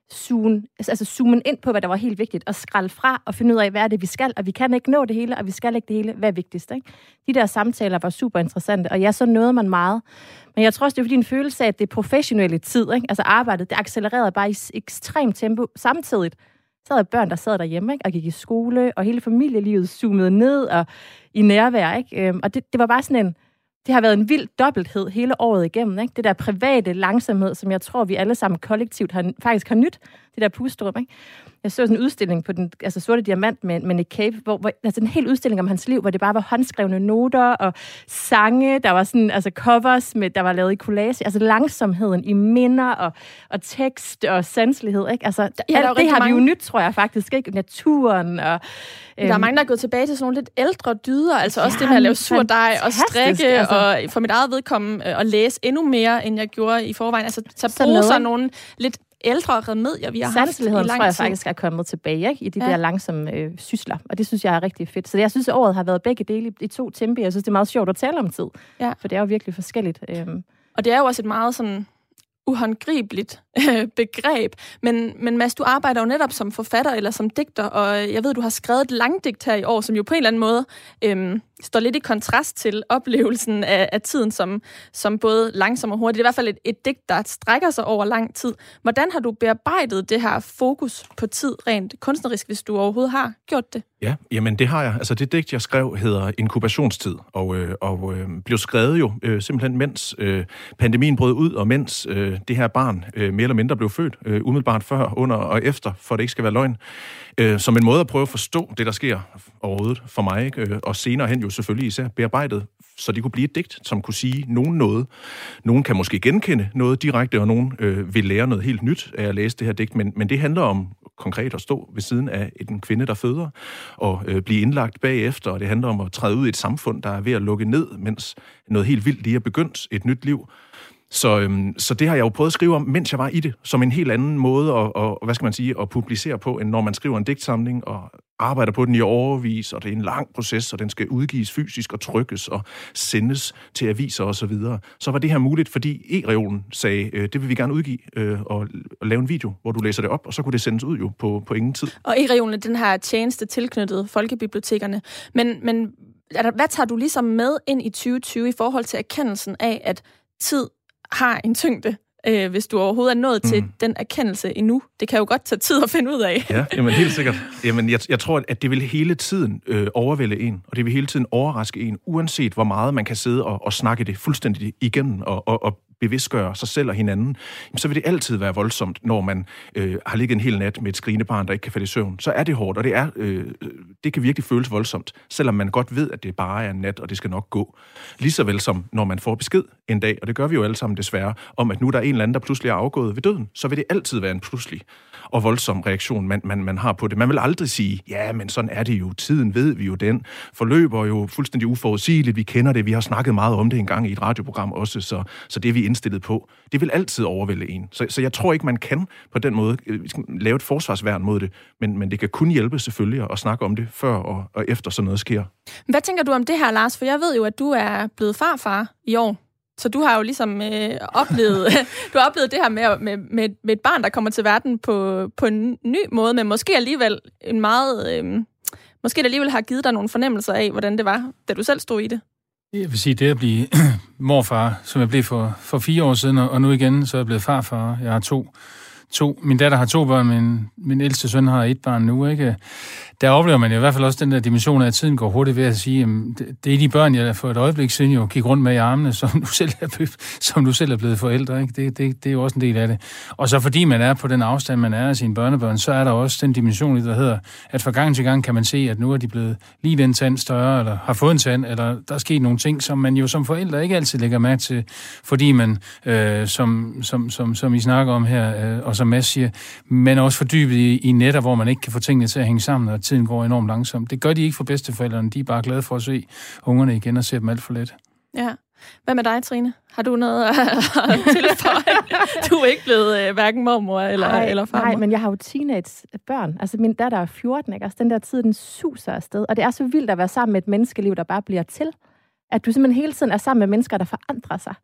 zoome, altså zoome ind på, hvad der var helt vigtigt, og skralde fra og finde ud af, hvad er det, vi skal, og vi kan ikke nå det hele, og vi skal ikke det hele. Hvad er vigtigst, ikke? De der samtaler var super interessante, og ja, så nåede man meget. Men jeg tror også, det er fordi en følelse af, at det professionelle tid, ikke? Altså arbejdet, det accelererede bare i ekstremt tempo. Samtidig så havde børn, der sad derhjemme, ikke? Og gik i skole, og hele familielivet zoomede ned og i nærvær, ikke? Og det, det var bare sådan en, det har været en vild dobbelthed hele året igennem, ikke? Det der private langsomhed, som jeg tror, vi alle sammen kollektivt har, faktisk har nyt, det der pusterum, ikke? Jeg så sådan en udstilling på den altså sorte diamant med, med Nick Cave, hvor, hvor altså en hel udstilling om hans liv, hvor det bare var håndskrevne noter og sange, der var sådan altså covers med, der var lavet i collage, altså langsomheden i minder og, og tekst og sanselighed, ikke? Altså ja, alt det har mange... vi jo nyt, tror jeg faktisk, ikke? Naturen og øhm... der er mange, der er gået tilbage til sådan nogle lidt ældre dyder, altså også ja, det med at lave surdej og strikke, altså... og for mit eget vedkommende at læse endnu mere, end jeg gjorde i forvejen. Altså så bruge sådan nogle lidt ældre remedier, vi har haft i lang tid. tror jeg faktisk er kommet tilbage, ikke? I de ja. der langsomme øh, sysler. Og det synes jeg er rigtig fedt. Så det, jeg synes, at året har været begge dele i to tempi. Jeg synes, det er meget sjovt at tale om tid. Ja. For det er jo virkelig forskelligt. Øhm. Og det er jo også et meget sådan uhåndgribeligt øh, begreb. Men, men Mads, du arbejder jo netop som forfatter eller som digter, og jeg ved, du har skrevet et langdigt her i år, som jo på en eller anden måde øh, står lidt i kontrast til oplevelsen af, af tiden som, som både langsom og hurtig. Det er i hvert fald et, et digt, der strækker sig over lang tid. Hvordan har du bearbejdet det her fokus på tid rent kunstnerisk, hvis du overhovedet har gjort det? Ja, jamen det har jeg. Altså det digt, jeg skrev, hedder Inkubationstid, og, øh, og øh, blev skrevet jo øh, simpelthen mens øh, pandemien brød ud, og mens øh, det her barn øh, mere eller mindre blev født, øh, umiddelbart før, under og efter, for det ikke skal være løgn. Øh, som en måde at prøve at forstå det, der sker overhovedet for mig, ikke? Øh, og senere hen jo selvfølgelig især bearbejdet, så det kunne blive et digt, som kunne sige nogen noget. Nogen kan måske genkende noget direkte, og nogen øh, vil lære noget helt nyt af at læse det her digt, men, men det handler om konkret at stå ved siden af en kvinde, der føder, og øh, blive indlagt bagefter, og det handler om at træde ud i et samfund, der er ved at lukke ned, mens noget helt vildt lige er begyndt, et nyt liv. Så, øhm, så det har jeg jo prøvet at skrive om, mens jeg var i det, som en helt anden måde at, og, hvad skal man sige, at publicere på, end når man skriver en digtsamling og arbejder på den i årevis, og det er en lang proces, og den skal udgives fysisk og trykkes og sendes til aviser og så videre. Så var det her muligt, fordi E-reolen sagde, øh, det vil vi gerne udgive øh, og, og lave en video, hvor du læser det op, og så kunne det sendes ud jo på, på ingen tid. Og E-reolen er den her tjeneste tilknyttet folkebibliotekerne. Men, men hvad tager du ligesom med ind i tyve tyve i forhold til erkendelsen af, at tid har en tyngde, øh, hvis du overhovedet er nået mm. til den erkendelse endnu? Det kan jo godt tage tid at finde ud af. Ja, jamen helt sikkert. Jamen, jeg, jeg tror, at det vil hele tiden øh, overvælde en, og det vil hele tiden overraske en, uanset hvor meget man kan sidde og, og snakke det fuldstændig igennem og, og, og bevidstgøre sig selv og hinanden, så vil det altid være voldsomt, når man øh, har ligget en hel nat med et skrigende barn, der ikke kan falde i søvn. Så er det hårdt, og det, er, øh, det kan virkelig føles voldsomt, selvom man godt ved, at det bare er en nat, og det skal nok gå. Ligeså vel som når man får besked en dag, og det gør vi jo alle sammen desværre, om at nu der er en eller anden, der pludselig er afgået ved døden, så vil det altid være en pludselig og voldsom reaktion, man, man, man har på det. Man vil aldrig sige, ja, men sådan er det jo, tiden ved vi jo, den forløber jo fuldstændig uforudsigeligt, vi kender det, vi har snakket meget om det engang i et radioprogram også, så, så det er vi indstillet på. Det vil altid overvælde en. Så, så jeg tror ikke, man kan på den måde lave et forsvarsværn mod det, men, men det kan kun hjælpe selvfølgelig at snakke om det før og, og efter sådan noget sker. Hvad tænker du om det her, Lars? For jeg ved jo, at du er blevet farfar i år. Så du har jo ligesom øh, oplevet, du har oplevet det her med, med, med, med et barn, der kommer til verden på, på en ny måde, men måske alligevel en meget, øh, måske det alligevel har givet dig nogle fornemmelser af, hvordan det var, da du selv stod i det. Jeg vil sige, det at blive morfar, som jeg blev for, for fire år siden, og nu igen, så er jeg blevet farfar. Jeg har to. To. Min datter har to børn, men min ældste søn har et barn nu, ikke? Der oplever man jo i hvert fald også den der dimension af, at tiden går hurtigt ved at sige, at det er de børn, jeg for et øjeblik siden jo gik rundt med i armene, som du selv er blevet, som du selv er blevet forældre, ikke? Det, det, det er jo også en del af det. Og så fordi man er på den afstand, man er af sine børnebørn, så er der også den dimension, der hedder, at fra gang til gang kan man se, at nu er de blevet lige den tand større, eller har fået en tand, eller der er sket nogle ting, som man jo som forældre ikke altid lægger mærke til, fordi man, øh, som, som, som, som I snakker om her, øh, og som Mads siger, men også fordybet i, i netter, hvor man ikke kan få tingene til at hænge sammen, og tiden går enormt langsomt. Det gør de ikke for bedsteforældrene. De er bare glade for at se ungerne igen og se dem alt for let. Ja. Hvad med dig, Trine? Har du noget at tilføje? Du er ikke blevet øh, hverken mormor eller, nej, eller farmor. Nej, men jeg har jo teenage-børn. Altså min datter er fjorten, ikke? Altså den der tid, den suser afsted. Og det er så vildt at være sammen med et menneskeliv, der bare bliver til. At du simpelthen hele tiden er sammen med mennesker, der forandrer sig.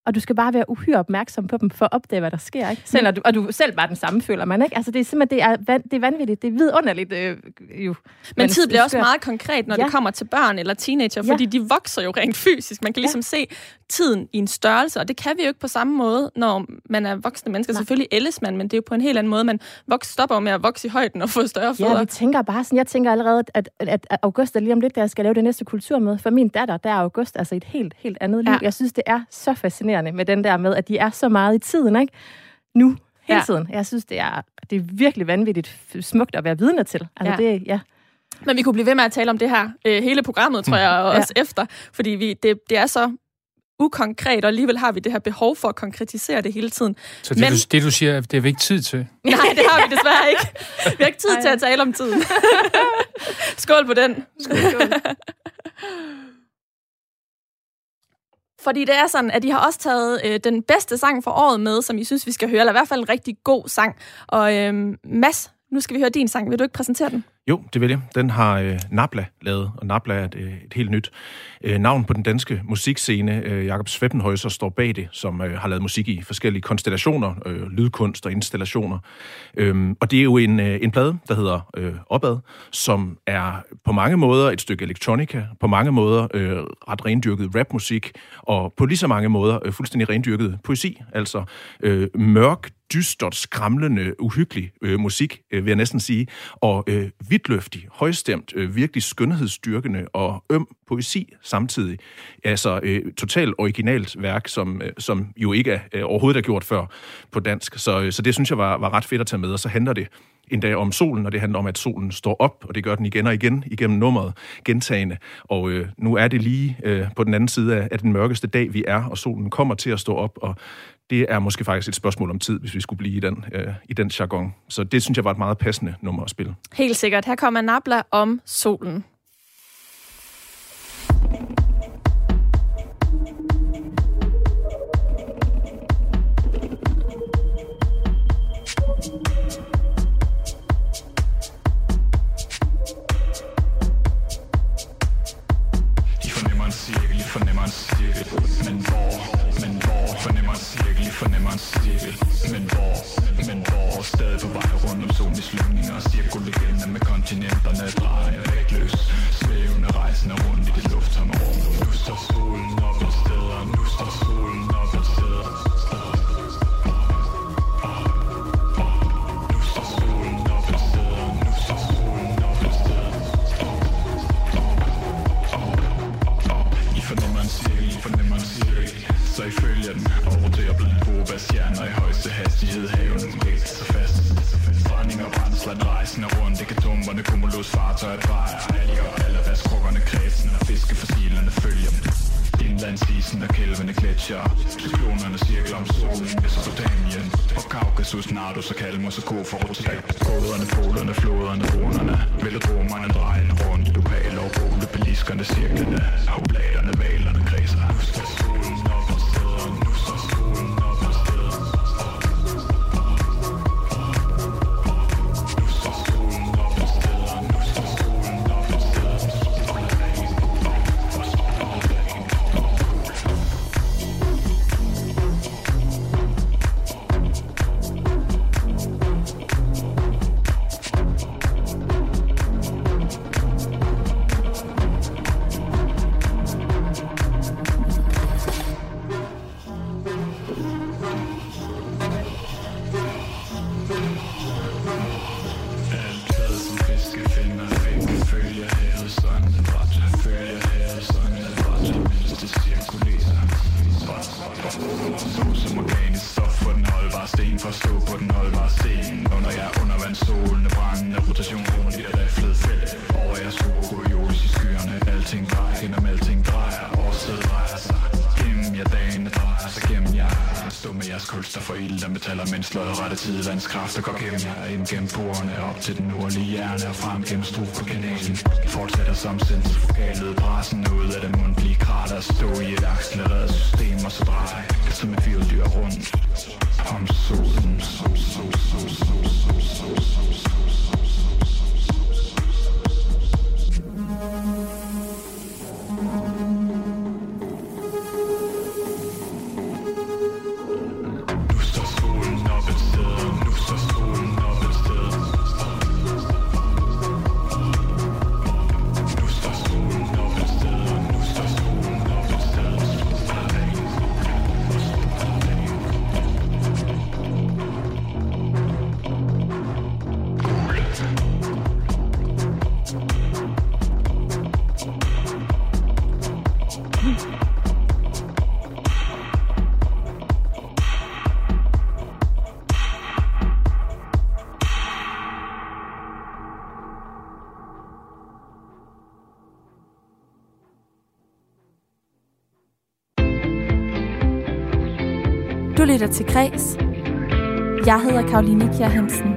Og du skal bare være uhyre opmærksom på dem, for at opdage, hvad der sker, ikke? Selv, og, du, og du selv bare den samme, føler man, ikke? Altså, det er simpelthen, det er, van, det er vanvittigt, det er vidunderligt, øh, jo. Men, Men tid bliver også meget konkret, når ja. det kommer til børn eller teenager, fordi ja. de vokser jo rent fysisk. Man kan ligesom ja. se tiden i en størrelse, og det kan vi jo ikke på samme måde, når man er voksne mennesker. Nej. Selvfølgelig ældes man, men det er jo på en helt anden måde. Man vokser, stopper med at vokse i højden og få større fødder. Ja, vi tænker bare sådan, jeg tænker allerede, at, at, at august er lige om lidt, da jeg skal lave det næste kulturmøde. For min datter, der er august altså et helt, helt andet liv. Ja. Jeg synes, det er så fascinerende med den der med, at de er så meget i tiden, ikke? Nu, hele ja. tiden. Jeg synes, det er, det er virkelig vanvittigt smukt at være vidne til. Altså, ja. det, ja. Men vi kunne blive ved med at tale om det her øh, hele programmet, tror jeg, og også ja. efter, fordi vi, det, det er så ukonkret, og alligevel har vi det her behov for at konkretisere det hele tiden. Så det, Men, du, det du siger, det er vi ikke tid til? Nej, det har vi desværre ikke. Vi har ikke tid Ej. til at tale om tiden. Skål på den. Skål. Skål. Fordi det er sådan, at de har også taget øh, den bedste sang for året med, som I synes, vi skal høre, eller i hvert fald en rigtig god sang. Og øh, Mads, nu skal vi høre din sang. Vil du ikke præsentere den? Jo, det vil jeg. Den har øh, Nabla lavet, og Nabla er et, et helt nyt øh, navn på den danske musikscene. Øh, Jakob Sveppenhøjser står bag det, som øh, har lavet musik i forskellige konstellationer, øh, lydkunst og installationer. Øhm, og det er jo en, øh, en plade, der hedder øh, Opad, som er på mange måder et stykke elektronika, på mange måder øh, ret rendyrket rapmusik, og på lige så mange måder øh, fuldstændig rendyrket poesi, altså øh, mørk, dystert, skramlende, uhyggelig øh, musik, øh, vil jeg næsten sige, og øh, vidtløftig, højstemt, øh, virkelig skønhedsstyrkende og øm poesi samtidig. Altså øh, totalt originalt værk, som, øh, som jo ikke er, øh, overhovedet er gjort før på dansk. Så, øh, så det synes jeg var, var ret fedt at tage med, og så handler det en dag om solen, og det handler om, at solen står op, og det gør den igen og igen igennem nummeret gentagende. Og øh, nu er det lige øh, på den anden side af, af den mørkeste dag, vi er, og solen kommer til at stå op, og det er måske faktisk et spørgsmål om tid, hvis vi skulle blive i den, øh, i den jargon. Så det synes jeg var et meget passende nummer at spille. Helt sikkert. Her kommer Nabla om solen. De fornemmer en cirkel, de fornemmer en cirkel, men hvor, men hvor, fornemmer en cirkel, de fornemmer en cirkel, men hvor, men hvor, stadig på vej rundt om solen i slumninger, cirkulegender med kontinenterne drejer vægtløs, svævende rejsende rundt i det lufttomme rum. Nu står solen op et sted, og nu står solen op et sted. Nu står solen op et sted, og nu står solen op et sted. I fornemmer en cirkel, I fornemmer en cirkel, så I følger den over til at blive bobastjerner i højeste hastighed, haven vækst så fast. Brænding og brændsler, rejsende rundt, ekatomberne, cumulus, fartøjer, drejer, alger, allerværskrukkerne, kredsen og fiskefossilerne følger dem. Indlandsisen og kælvende gletsjer, cyklonerne cirkler om solen, Mesopotamien, og Kaukasus, Nardus og Kalmus og Koforotag. Båderne, polerne, floderne, runerne, velodromerne, drejende rundt, Lupale og Bole, beliskerne, cirklerne, oblaterne, valerne, kredser. Nu står solen op et sted, og nu står solen op et sted. Nu står solen op et sted, og nu står solen op et sted. Tidevandskræfter går gennem jer ind gennem porerne op til den nordlige hjerne og frem gennem Strupe-kanalen. Fortsætter som centrifugalet pressen ud af det mundtlige krater, stå i et accelereret system og så dreje som et vilddyr rundt om solen. Som sol, sol, sol, sol, sol, sol, sol. Du lytter til Kreds. Jeg hedder Karoline Kjær Hansen.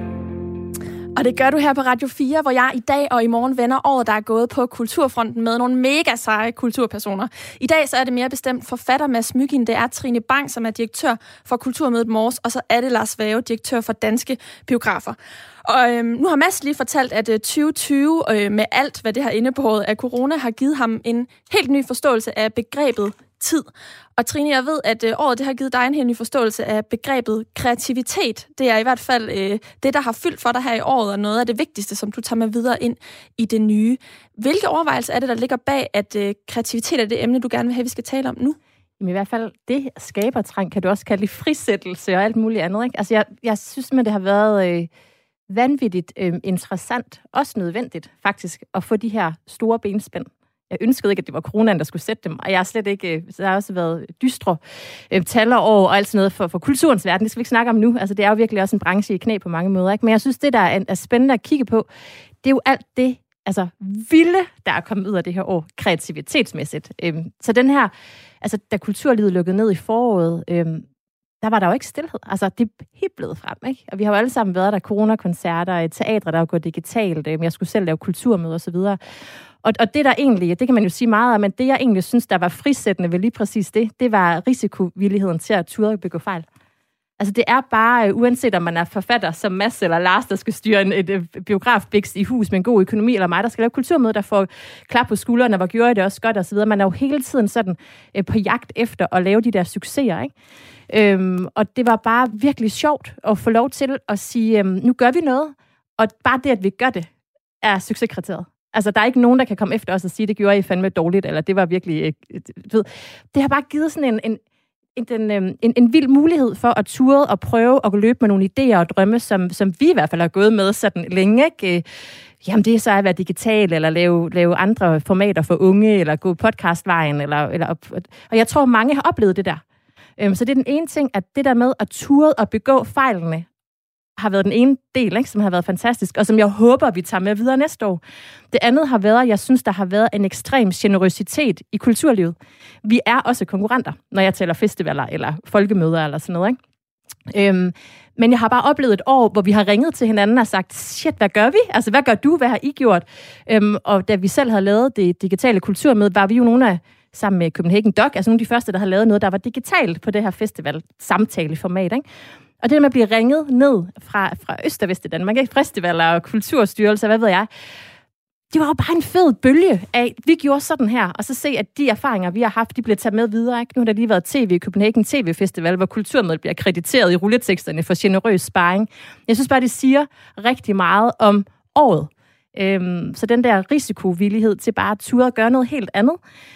Og det gør du her på Radio fire, hvor jeg i dag og i morgen vender året, der er gået på kulturfronten med nogle mega seje kulturpersoner. I dag så er det mere bestemt forfatter Mads Mygin. Det er Trine Bang, som er direktør for Kulturmødet Mors, og så er det Lars Vave, direktør for Danske Biografer. Og øhm, nu har Mads lige fortalt, at øh, tyve tyve øh, med alt, hvad det har indebåret af corona, har givet ham en helt ny forståelse af begrebet tid. Og Trine, jeg ved, at øh, året det har givet dig en helt ny forståelse af begrebet kreativitet. Det er i hvert fald øh, det, der har fyldt for dig her i året, og noget af det vigtigste, som du tager med videre ind i det nye. Hvilke overvejelser er det, der ligger bag, at øh, kreativitet er det emne, du gerne vil have, vi skal tale om nu? Jamen, i hvert fald det skabertrang, kan du også kalde det frisættelse og alt muligt andet. Ikke? Altså, jeg, jeg synes, at det har været øh, vanvittigt øh, interessant, også nødvendigt faktisk, at få de her store benspænd. Jeg ønskede ikke, at det var coronaen, der skulle sætte dem, og jeg har slet ikke, der har også været dystre øh, taler over og alt sådan noget for, for kulturens verden. Det skal vi ikke snakke om nu. Altså, det er jo virkelig også en branche i knæ på mange måder. Ikke? Men jeg synes, det, der er, er spændende at kigge på, det er jo alt det, altså vilde, der er kommet ud af det her år, kreativitetsmæssigt. Øhm, så den her, altså da kulturlivet lukkede ned i foråret, øhm, der var der jo ikke stilhed. Altså, det er helt blevet frem, ikke? Og vi har jo alle sammen været der, coronakoncerter, teatre, der er gået digitalt, øhm, jeg skulle selv lave kulturmøder og så videre. Og, og det der egentlig, det kan man jo sige meget om, men det jeg egentlig synes, der var frisættende ved lige præcis det, det var risikovilligheden til at turde begå fejl. Altså det er bare, uanset om man er forfatter som Mads eller Lars, der skal styre en, et, et biografbiks i hus med en god økonomi, eller mig, der skal lave kulturmøde, der får klap på skuldrene, hvor gjorde det også godt og så videre. Man er jo hele tiden sådan øh, på jagt efter at lave de der succeser, ikke? Øhm, og det var bare virkelig sjovt at få lov til at sige, øhm, nu gør vi noget, og bare det, at vi gør det, er succeskriteriet. Altså, der er ikke nogen, der kan komme efter os og sige, det gjorde I fandme dårligt, eller det var virkelig, øh, ved. Det har bare givet sådan en, en, en, en, en, en vild mulighed for at ture og prøve at løbe med nogle idéer og drømme, som, som vi i hvert fald har gået med sådan længe, ikke? Jamen, det er så at være digital, eller lave, lave andre formater for unge, eller gå podcastvejen, eller, eller, og jeg tror, mange har oplevet det der. Så det er den ene ting, at det der med at ture og begå fejlene, har været den ene del, ikke, som har været fantastisk, og som jeg håber, vi tager med videre næste år. Det andet har været, at jeg synes, der har været en ekstrem generøsitet i kulturlivet. Vi er også konkurrenter, når jeg taler festivaler eller folkemøder eller sådan noget, ikke? Øhm, men jeg har bare oplevet et år, hvor vi har ringet til hinanden og sagt, shit, hvad gør vi? Altså, hvad gør du? Hvad har I gjort? Øhm, og da vi selv havde lavet det digitale kulturmøde, var vi jo nogle af sammen med Copenhagen Doc, altså nogle af de første, der har lavet noget, der var digitalt på det her festival-samtaleformat, ikke? Og det der med at blive ringet ned fra, fra Øst- og Vest i Danmark, ikke? Festivaler og kulturstyrelser, hvad ved jeg, det var jo bare en fed bølge af, vi gjorde sådan her, og så se, at de erfaringer, vi har haft, de bliver taget med videre, ikke? Nu har der lige været tv i Copenhagen T V-festival, hvor kulturmødet bliver krediteret i rulleteksterne for generøs sparring. Jeg synes bare, det siger rigtig meget om året. Øhm, så den der risikovillighed til bare at ture og gøre noget helt andet,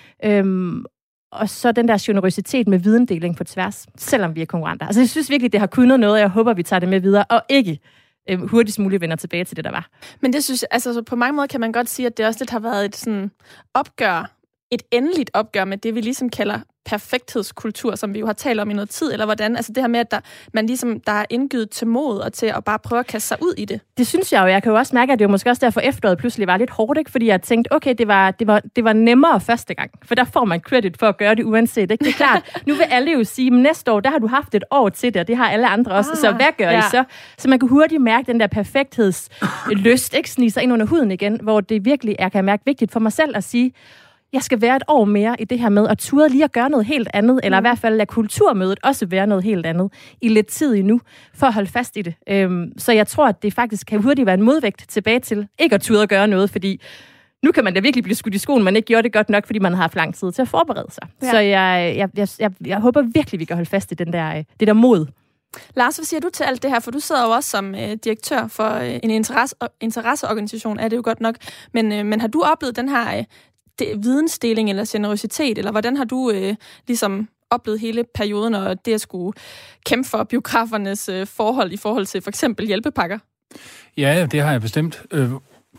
øhm, og så den der generøsitet med videndeling på tværs, selvom vi er konkurrenter. Altså, jeg synes virkelig, det har kunnet noget, og jeg håber, vi tager det med videre, og ikke øh, hurtigst muligt vender tilbage til det, der var. Men det synes jeg, altså på mange måder kan man godt sige, at det også lidt har været et sådan opgør, et endeligt opgør med det, vi ligesom kalder perfekthedskultur, som vi jo har talt om i noget tid, eller hvordan? Altså det her med, at der, man ligesom, der er indgivet til mod og til at bare prøve at kaste sig ud i det. Det synes jeg jo. Jeg kan jo også mærke, at det jo måske også derfor efteråret pludselig var lidt hårdt, ikke? Fordi jeg tænkte, okay, det var, det var, det var nemmere første gang, for der får man credit for at gøre det uanset, ikke? Det er klart, nu vil alle jo sige, men næste år, der har du haft et år til det, og det har alle andre også, ah, så hvad gør ja. I så? Så man kan hurtigt mærke den der perfekthedslyst, ikke? Snige sig ind under huden igen, hvor det virkelig er, kan jeg mærke, vigtigt for mig selv at sige, jeg skal være et år mere i det her med at ture lige at gøre noget helt andet, eller i hvert fald lade kulturmødet også være noget helt andet i lidt tid endnu, for at holde fast i det. Øhm, så jeg tror, at det faktisk kan hurtigt være en modvægt tilbage til ikke at ture at gøre noget, fordi nu kan man da virkelig blive skudt i skoen, man ikke gjorde det godt nok, fordi man har haft lang tid til at forberede sig. Ja. Så jeg, jeg, jeg, jeg, jeg håber virkelig, vi kan holde fast i den der, det der mod. Lars, hvad siger du til alt det her? For du sidder jo også som øh, direktør for øh, en interesse, interesseorganisation, er det jo godt nok. Men, øh, men har du oplevet den her øh, det, vidensdeling eller generøsitet, eller hvordan har du øh, ligesom oplevet hele perioden, og det at skulle kæmpe for biografernes øh, forhold i forhold til for eksempel hjælpepakker? Ja, det har jeg bestemt. Øh,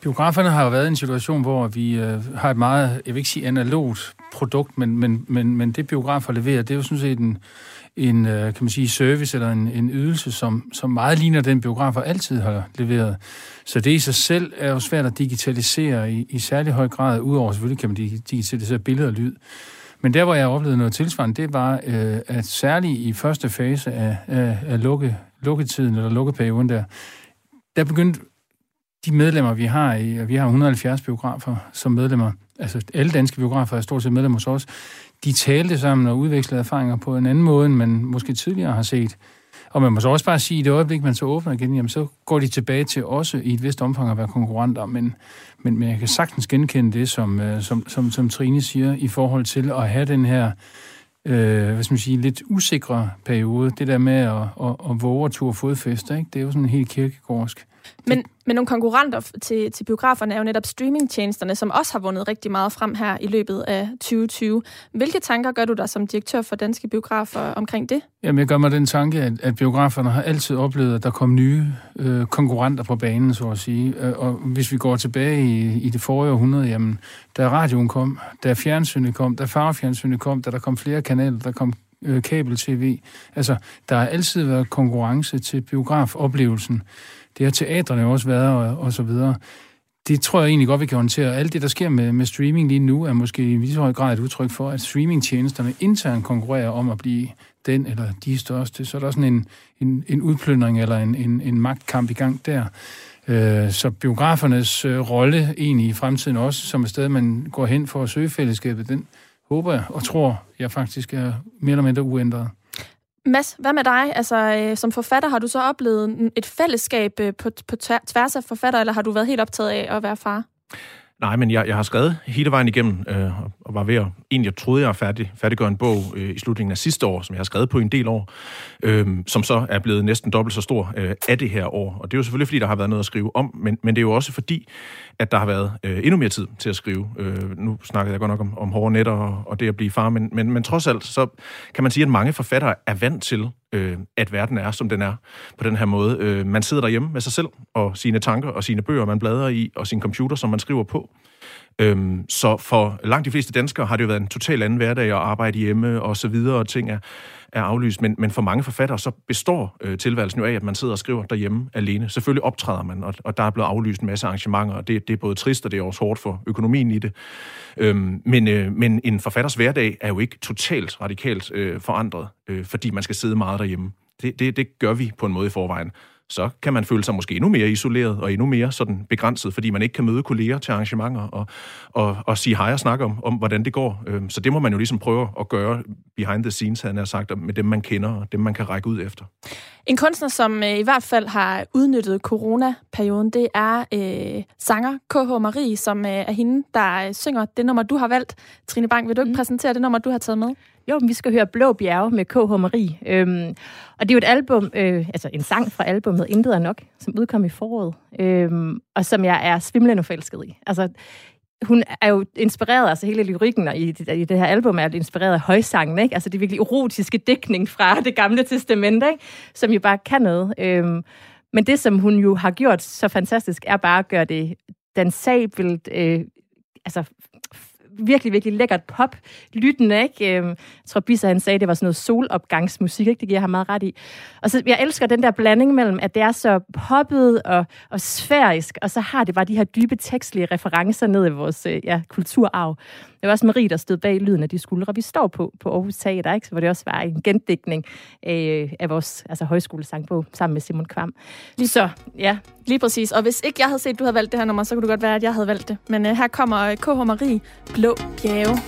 Biograferne har jo været i en situation, hvor vi øh, har et meget, jeg vil ikke sige analogt produkt, men, men, men, men det biografer leverer, det er jo sådan set en, en øh, kan man sige, service eller en, en ydelse, som, som meget ligner den biografer altid har leveret. Så det i sig selv er jo svært at digitalisere i, i særlig høj grad, udover selvfølgelig kan man digitalisere billeder og lyd. Men der, hvor jeg oplevede noget tilsvarende, det var, øh, at særligt i første fase af, af, af lukke, lukketiden eller lukkeperioden der, der begyndte de medlemmer, vi har i, vi har et hundrede og halvfjerds biografer som medlemmer, altså alle danske biografer er stort set medlemmer hos os, de talte sammen og udvekslede erfaringer på en anden måde, end man måske tidligere har set. Og man må så også bare sige, at i det øjeblik, man så åbner igen, jamen, så går de tilbage til også i et vist omfang at være konkurrenter, men, men, men jeg kan sagtens genkende det, som, som, som, som Trine siger, i forhold til at have den her øh, hvad skal man sige, lidt usikre periode. Det der med at, at, at våge og turde fodfæste, ikke? Det er jo sådan helt kirkegårdsk. Men, men nogle konkurrenter til, til biograferne er jo netop streamingtjenesterne, som også har vundet rigtig meget frem her i løbet af tyve tyve. Hvilke tanker gør du dig som direktør for Danske Biografer omkring det? Jamen, jeg gør mig den tanke, at, at biograferne har altid oplevet, at der kom nye øh, konkurrenter på banen, så at sige. Og hvis vi går tilbage i, i det forrige århundrede, jamen, da radioen kom, da fjernsynet kom, da farvefjernsynet kom, da der kom flere kanaler, der kom øh, kabel-tv. Altså, der har altid været konkurrence til biografoplevelsen. Det har teatrene jo også været, og, og så videre. Det tror jeg egentlig godt, vi kan håndtere. Alt det, der sker med, med streaming lige nu, er måske i lige så høj grad et udtryk for, at streamingtjenesterne internt konkurrerer om at blive den eller de største. Så er der sådan en, en, en udplyndring eller en, en, en magtkamp i gang der. Øh, så biografernes øh, rolle egentlig i fremtiden også, som et sted, man går hen for at søge fællesskabet, den håber jeg og tror jeg faktisk er mere eller mindre uændret. Mads, hvad med dig? Altså, øh, som forfatter, har du så oplevet et fællesskab øh, på, på tværs af forfatter, eller har du været helt optaget af at være far? Nej, men jeg, jeg har skrevet hele vejen igennem, øh, og var ved at, egentlig jeg troede, jeg var færdig, færdiggøre en bog øh, i slutningen af sidste år, som jeg har skrevet på en del år, øh, som så er blevet næsten dobbelt så stor øh, af det her år. Og det er jo selvfølgelig, fordi der har været noget at skrive om, men, men det er jo også fordi, at der har været øh, endnu mere tid til at skrive. Øh, nu snakkede jeg godt nok om, om hårde nætter og, og det at blive far, men, men, men trods alt, så kan man sige, at mange forfattere er vant til, øh, at verden er, som den er på den her måde. Øh, man sidder derhjemme med sig selv og sine tanker og sine bøger, man bladrer i, og sin computer, som man skriver på. Øhm, så for langt de fleste danskere har det jo været en total anden hverdag at arbejde hjemme og så videre, og ting er, er aflyst. Men, men for mange forfattere så består øh, tilværelsen jo af, at man sidder og skriver derhjemme alene. Selvfølgelig optræder man, og, og der er blevet aflyst en masse arrangementer, og det, det er både trist, og det er også hårdt for økonomien i det. Øhm, men, øh, men en forfatters hverdag er jo ikke totalt radikalt øh, forandret, øh, fordi man skal sidde meget derhjemme. Det, det, det gør vi på en måde i forvejen. Så kan man føle sig måske endnu mere isoleret og endnu mere sådan begrænset, fordi man ikke kan møde kolleger til arrangementer og, og, og sige hej og snakke om, om, hvordan det går. Så det må man jo ligesom prøve at gøre behind the scenes, havde jeg sagt, med dem, man kender og dem, man kan række ud efter. En kunstner, som i hvert fald har udnyttet coronaperioden, det er øh, sanger K H Marie, som øh, er hende, der synger det nummer, du har valgt. Trine Bang, vil du ikke mm. præsentere det nummer, du har taget med? Jo, vi skal høre Blå Bjerge med K H Marie. Øhm, og det er jo et album, øh, altså en sang fra albumet Intet er nok, som udkom i foråret, øhm, og som jeg er svimlende forelsket i. Altså, hun er jo inspireret, altså hele lyrikken i det, i det her album er inspireret af højsangen, ikke? Altså det virkelig erotiske dækning fra det gamle testamente, ikke? Som jo bare kan noget. Øhm, men det, som hun jo har gjort så fantastisk, er bare at gøre det dansabelt, øh, altså virkelig, virkelig lækkert pop, lyttende, ikke? Jeg tror, Bisser, han sagde, at det var sådan noget solopgangsmusik, ikke? Det giver ham meget ret i. Og så, jeg elsker den der blanding mellem, at det er så poppet og, og sfærisk, og så har det bare de her dybe tekstlige referencer ned i vores ja, kulturarv. Det var også Marie, der stod bag lyden af de skuldre, vi står på på Aarhus Teater, ikke? Så hvor det også var en gendækning øh, af vores altså, højskolesangbog sammen med Simon Kvam. Lige så, ja. Lige præcis. Og hvis ikke jeg havde set, at du havde valgt det her nummer, så kunne det godt være, at jeg havde valgt det. Men øh, her kommer K H Marie, Blå Bjerge.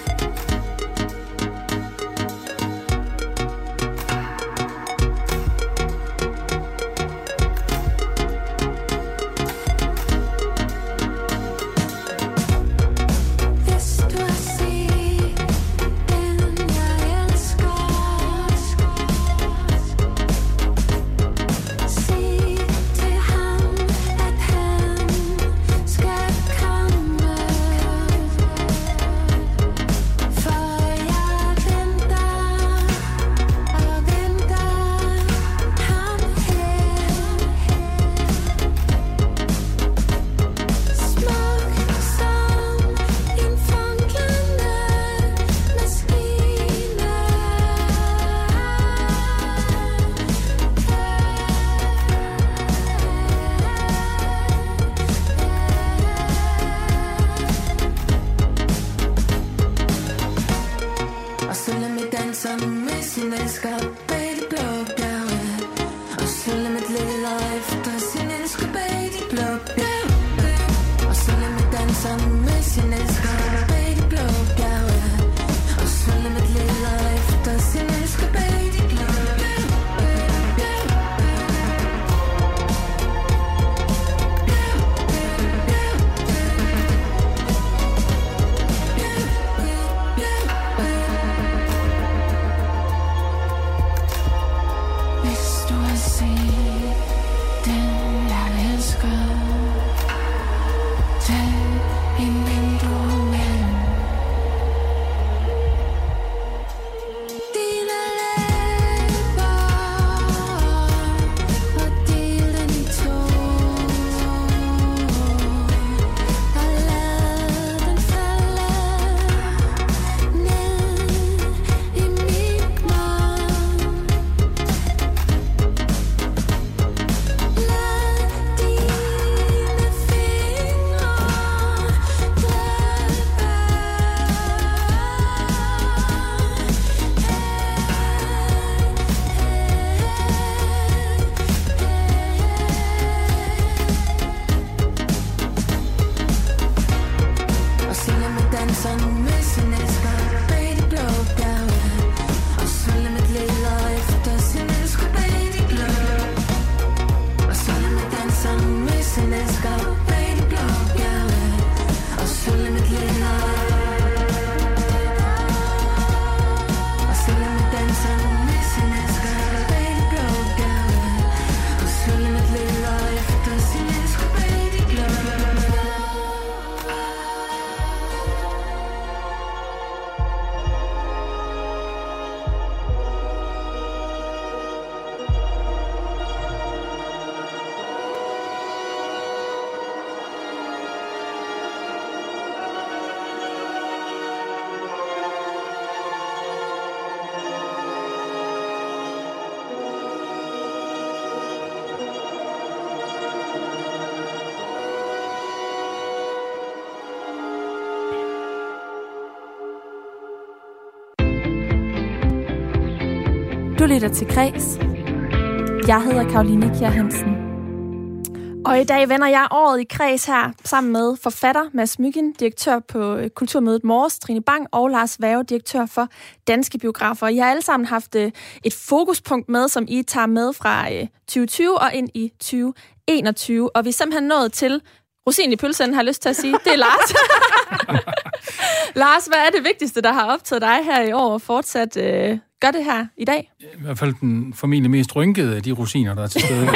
danser med sin elsker bag de blå bjerge. Og så lad mit lille efter sin elsker bag de blå bjerge. Og så lad mit danser med sin elsker bag de blå bjerge. Og så lad mit lille efter sin elsker bag de blå bjerge. Du lytter til Kreds. Jeg hedder Karoline Kjær Hansen. Og i dag vender jeg året i Kreds her, sammen med forfatter Mads Myggen, direktør på Kulturmødet Mors, Trine Bang og Lars Værge, direktør for Danske Biografer. I har alle sammen haft et fokuspunkt med, som I tager med fra tyve tyve og ind i tyve enogtyve. Og vi er simpelthen nået til rosinen i pølsen, har jeg lyst til at sige. Det er Lars. Lars, hvad er det vigtigste, der har optaget dig her i år og fortsat øh, gør det her i dag? I hvert fald den formentlig mest rynkede af de rosiner, der er til stede.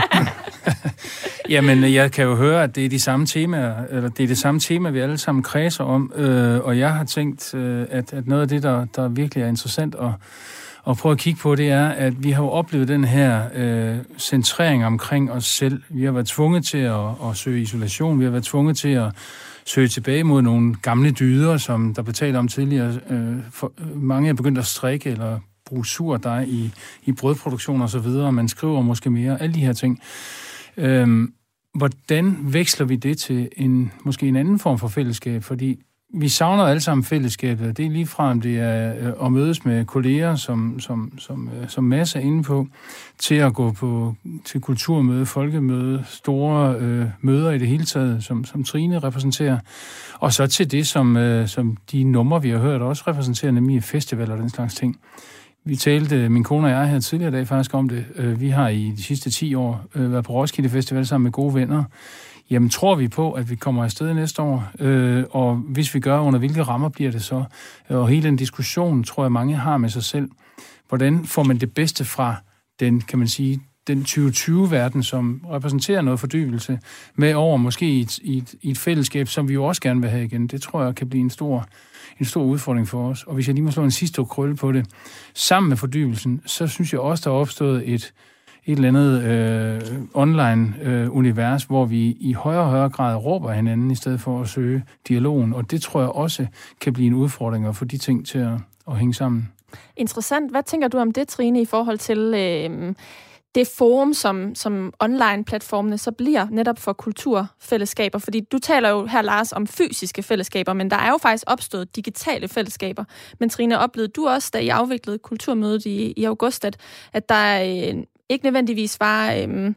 Jamen, jeg kan jo høre, at det er de samme temaer, eller det er det samme tema, vi alle sammen kredser om, øh, og jeg har tænkt, øh, at, at noget af det, der, der virkelig er interessant at, at prøve at kigge på, det er, at vi har jo oplevet den her øh, centrering omkring os selv. Vi har været tvunget til at, at søge isolation, vi har været tvunget til at søge tilbage mod nogle gamle dyder, som der blev talt om tidligere. Øh, for, mange er begyndt at strikke eller bruge surdej i, i brødproduktion og så videre. Man skriver måske mere. Alle de her ting. Øh, hvordan veksler vi det til en måske en anden form for fællesskab? Fordi vi savner alle sammen fællesskabet. Det er lige fra, om det er øh, at mødes med kolleger, som, som, som, øh, som Mads er inde på, til at gå på til kulturmøde, folkemøde, store øh, møder i det hele taget, som, som Trine repræsenterer. Og så til det, som, øh, som de numre, vi har hørt, også repræsenterer, nemlig festivaler og den slags ting. Vi talte, min kone og jeg her tidligere i dag faktisk om det. Vi har i de sidste ti år været på Roskilde Festival sammen med gode venner. Jamen, tror vi på, at vi kommer afsted næste år? Øh, og hvis vi gør, under hvilke rammer bliver det så? Og hele den diskussion, tror jeg, mange har med sig selv. Hvordan får man det bedste fra den, kan man sige, den tyve tyve-verden, som repræsenterer noget fordybelse, med over måske i et, i, et, i et fællesskab, som vi jo også gerne vil have igen. Det tror jeg kan blive en stor, en stor udfordring for os. Og hvis jeg lige må slå en sidste krølle på det, sammen med fordybelsen, så synes jeg også, der er opstået et et eller andet øh, online-univers, øh, hvor vi i højere og højere grad råber hinanden, i stedet for at søge dialogen. Og det tror jeg også kan blive en udfordring at få de ting til at, at hænge sammen. Interessant. Hvad tænker du om det, Trine, i forhold til øh, det forum, som, som online-platformene så bliver netop for kulturfællesskaber. Fordi du taler jo her, Lars, om fysiske fællesskaber, men der er jo faktisk opstået digitale fællesskaber. Men Trine, oplevede du også, da I afviklede kulturmødet i, i august, at, at der øh, ikke nødvendigvis var øh,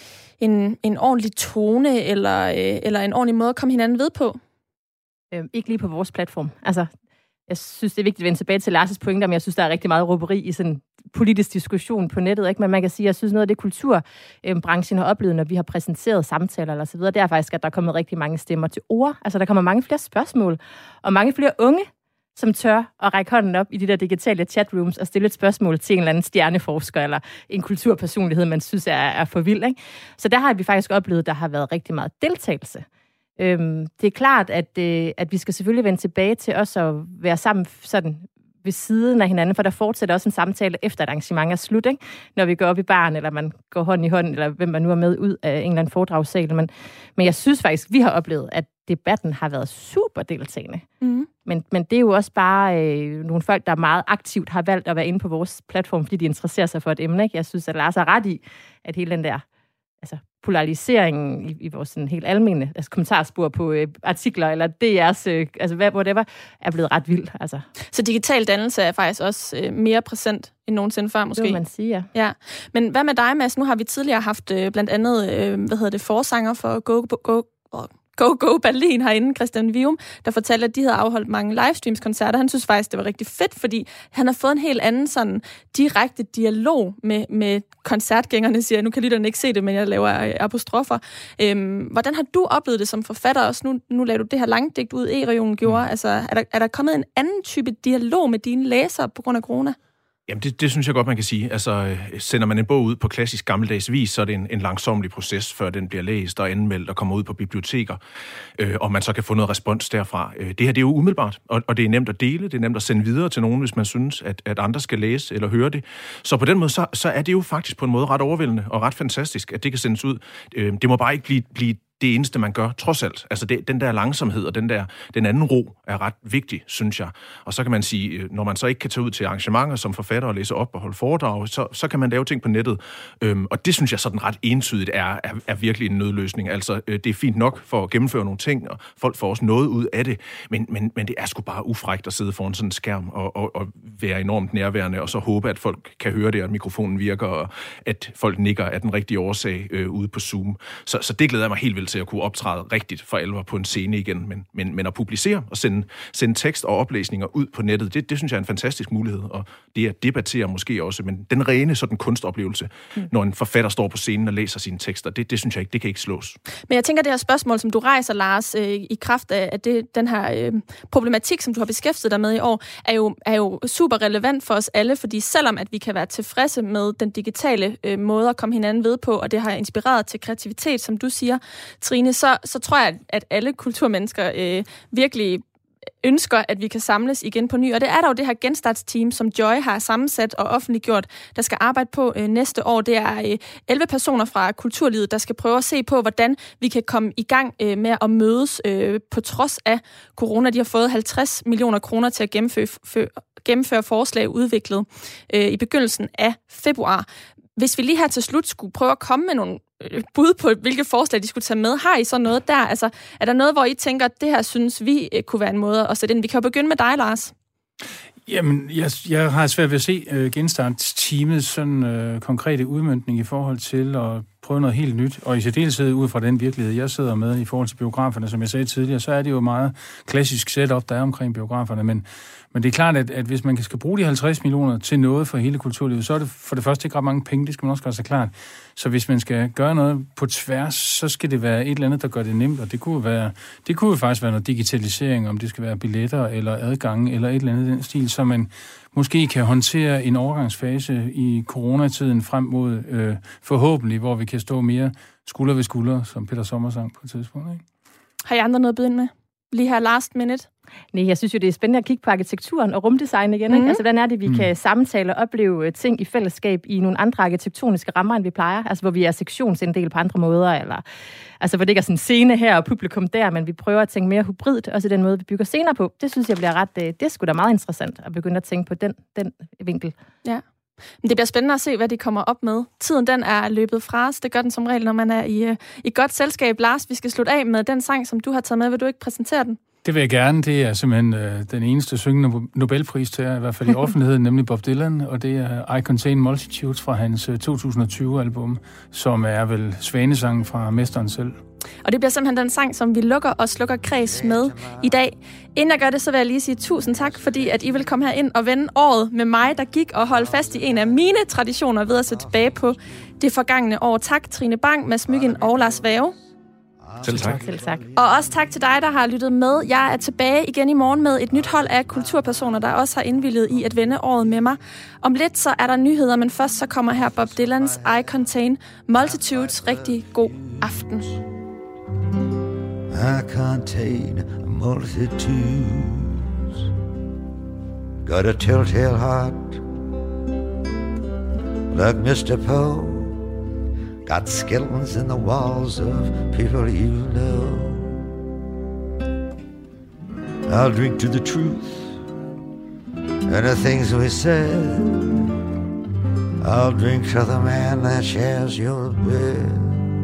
en, en ordentlig tone eller, øh, eller en ordentlig måde at komme hinanden ved på? Øhm, ikke lige på vores platform. Altså, jeg synes, det er vigtigt at vende tilbage til Lars' pointer, men jeg synes, der er rigtig meget råberi i sådan politisk diskussion på nettet, ikke? Men man kan sige, at jeg synes, noget af det kulturbranchen har oplevet, når vi har præsenteret samtaler eller så videre, det er faktisk, at der er kommet rigtig mange stemmer til ord. Altså, der kommer mange flere spørgsmål, og mange flere unge, som tør at række hånden op i de der digitale chatrooms og stille et spørgsmål til en eller anden stjerneforsker eller en kulturpersonlighed, man synes er, er for vild, ikke? Så der har vi faktisk oplevet, at der har været rigtig meget deltagelse. Øhm, det er klart, at, øh, at vi skal selvfølgelig vende tilbage til os at være sammen sådan ved siden af hinanden, for der fortsætter også en samtale efter et arrangement er slut, ikke? Når vi går op i baren, eller man går hånd i hånd, eller hvem man nu er med ud af en eller anden foredragssal. Men, men jeg synes faktisk, vi har oplevet, at debatten har været super deltagende. Mm. Men, men det er jo også bare øh, nogle folk, der meget aktivt har valgt at være inde på vores platform, fordi de interesserer sig for et emne, ikke? Jeg synes, at Lars har ret i, at hele den der altså polariseringen i, i vores sådan helt almene altså kommentarspor på øh, artikler, eller D R's, øh, altså hvad, whatever, er blevet ret vildt. Altså. Så digital dannelse er faktisk også øh, mere præsent end nogensinde før, måske? Det vil man sige, ja. ja. Men hvad med dig, Mads? Nu har vi tidligere haft øh, blandt andet, øh, hvad hedder det, forsanger for Go Go Go Go Go Berlin herinde, Christian Vium, der fortalte, at de havde afholdt mange livestreams-koncerter. Han synes faktisk, det var rigtig fedt, fordi han har fået en helt anden sådan direkte dialog med, med koncertgængerne, siger jeg. Nu kan lytterne ikke se det, men jeg laver apostrofer. Øhm, hvordan har du oplevet det som forfatter også? Nu, nu laver du det her langdigt ud, E-regionen gjorde. Mm. Altså, er der, er der kommet en anden type dialog med dine læsere på grund af corona? Jamen, det, det synes jeg godt, man kan sige. Altså, sender man en bog ud på klassisk gammeldags vis, så er det en, en langsomlig proces, før den bliver læst og anmeldt og kommer ud på biblioteker, øh, og man så kan få noget respons derfra. Øh, det her, det er jo umiddelbart, og, og det er nemt at dele, det er nemt at sende videre til nogen, hvis man synes, at, at andre skal læse eller høre det. Så på den måde, så, så er det jo faktisk på en måde ret overvældende og ret fantastisk, at det kan sendes ud. Øh, det må bare ikke blive, blive det eneste, man gør, trods alt. Altså, det, den der langsomhed og den der den anden ro er ret vigtig, synes jeg. Og så kan man sige, når man så ikke kan tage ud til arrangementer som forfatter og læse op og holde foredrag, så, så kan man lave ting på nettet. Øhm, og det synes jeg sådan ret entydigt er, er, er virkelig en nødløsning. Altså, øh, det er fint nok for at gennemføre nogle ting, og folk får også noget ud af det, men, men, men det er sgu bare ufrækt at sidde foran sådan en skærm og, og, og være enormt nærværende, og så håbe, at folk kan høre det, at mikrofonen virker, og at folk nikker af den rigtige årsag øh, ude på Zoom. Så, så det glæder jeg mig helt vildt til at kunne optræde rigtigt for alvor på en scene igen, men, men, men at publicere og sende, sende tekst og oplæsninger ud på nettet, det, det synes jeg er en fantastisk mulighed, og det at debattere måske også, men den rene sådan kunstoplevelse, mm. når en forfatter står på scenen og læser sine tekster, det, det synes jeg ikke, det kan ikke slås. Men jeg tænker, det her spørgsmål, som du rejser, Lars, øh, i kraft af at det, den her øh, problematik, som du har beskæftiget dig med i år, er jo, er jo super relevant for os alle, fordi selvom at vi kan være tilfredse med den digitale øh, måde at komme hinanden ved på, og det har inspireret til kreativitet, som du siger, Trine, Så, så tror jeg, at alle kulturmennesker øh, virkelig ønsker, at vi kan samles igen på ny. Og det er der jo det her genstartsteam, som Joy har sammensat og offentliggjort, der skal arbejde på øh, næste år. Det er øh, elleve personer fra kulturlivet, der skal prøve at se på, hvordan vi kan komme i gang øh, med at mødes øh, på trods af corona. De har fået halvtreds millioner kroner til at gennemføre, for, gennemføre forslag udviklet øh, i begyndelsen af februar. Hvis vi lige her til slut skulle prøve at komme med nogle bud på, hvilke forslag de skulle tage med, har I så noget der? Altså, er der noget, hvor I tænker, at det her synes vi kunne være en måde at sætte ind? Vi kan jo begynde med dig, Lars. Jamen, jeg, jeg har svært ved at se uh, genstartsteamets sådan uh, konkrete udmøntning i forhold til at prøve noget helt nyt, og i særdeleshed ud fra den virkelighed, jeg sidder med i forhold til biograferne, som jeg sagde tidligere, så er det jo meget klassisk setup, der er omkring biograferne, men, men det er klart, at, at hvis man skal bruge de halvtreds millioner til noget for hele kulturlivet, så er det for det første ikke ret mange penge, det skal man også gøre sig klart. Så hvis man skal gøre noget på tværs, så skal det være et eller andet, der gør det nemt, og det kunne være, det kunne jo faktisk være noget digitalisering, om det skal være billetter eller adgange eller et eller andet i den stil, så man måske kan håndtere en overgangsfase i coronatiden frem mod øh, forhåbentlig, hvor vi kan stå mere skulder ved skulder, som Peter Sommer sang på et tidspunkt. Ikke? Har I andre noget at byde ind med? Lige her last minute. Nej, jeg synes jo, det er spændende at kigge på arkitekturen og rumdesign igen. Ikke? Mm. Altså, hvordan er det, vi mm. kan samtale og opleve ting i fællesskab i nogle andre arkitektoniske rammer, end vi plejer? Altså, hvor vi er sektionsinddelt på andre måder, eller altså, hvor det ikke er sådan en scene her og publikum der, men vi prøver at tænke mere hybridt, også i den måde, vi bygger scener på. Det synes jeg bliver ret, det er sgu da meget interessant at begynde at tænke på den, den vinkel. Ja. Det bliver spændende at se, hvad de kommer op med. Tiden den er løbet fra os. Det gør den som regel, når man er i, i godt selskab. Lars, vi skal slutte af med den sang, som du har taget med. Vil du ikke præsentere den? Det vil jeg gerne. Det er simpelthen øh, den eneste syngende Nobelpris til, i hvert fald i offentligheden, nemlig Bob Dylan, og det er I Contain Multitudes fra hans øh, to tusind og tyve-album, som er vel svanesangen fra mesteren selv. Og det bliver simpelthen den sang, som vi lukker og slukker kreds med i dag. Inden jeg gør det, så vil jeg lige sige tusind tak, fordi at I vil komme her ind og vende året med mig, der gik og holdt fast i en af mine traditioner ved at se tilbage på det forgangne år. Tak, Trine Bang, Mads Myggen og Lars Vave. Selv tak. Selv tak. Og også tak til dig, der har lyttet med. Jeg er tilbage igen i morgen med et nyt hold af kulturpersoner, der også har indvilliget i at vende året med mig. Om lidt så er der nyheder, men først så kommer her Bob Dylans I Contain Multitudes. Rigtig god aften. I contain multitudes. Got a telltale heart like mister Poe. Got skeletons in the walls of people you know. I'll drink to the truth and the things we said. I'll drink to the man that shares your bed.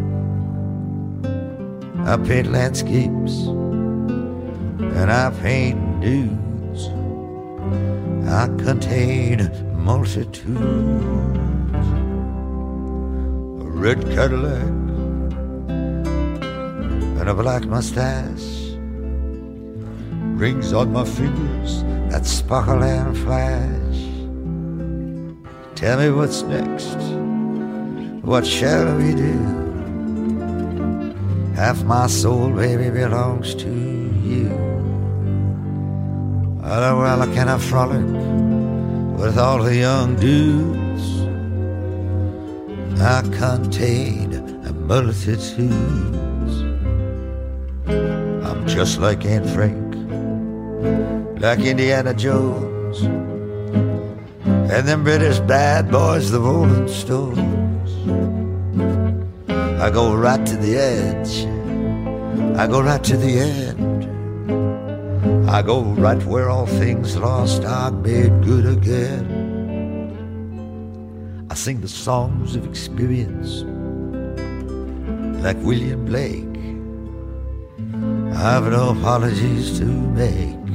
I paint landscapes and I paint dudes. I contain multitudes. A red Cadillac and a black mustache, rings on my fingers that sparkle and flash. Tell me what's next, what shall we do? Half my soul, baby, belongs to you. Oh, well, can I frolic with all the young dudes? I contain a multitudes. I'm just like Anne Frank, like Indiana Jones, and them British bad boys, the Rolling Stones. I go right to the edge, I go right to the end, I go right where all things lost are made good again. I sing the songs of experience like William Blake. I've no apologies to make.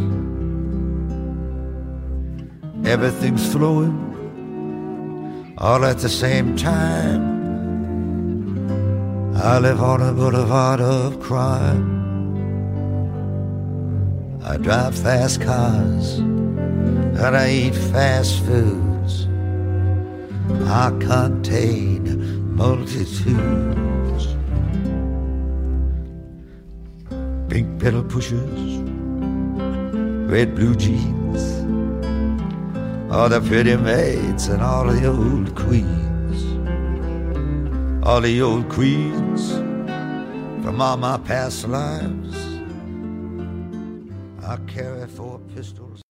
Everything's flowing all at the same time. I live on a boulevard of crime. I drive fast cars and I eat fast foods. I contain multitudes. Pink pedal pushers, red blue jeans, all the pretty maids and all the old queens. All the old queens from all my past lives, I carry four pistols.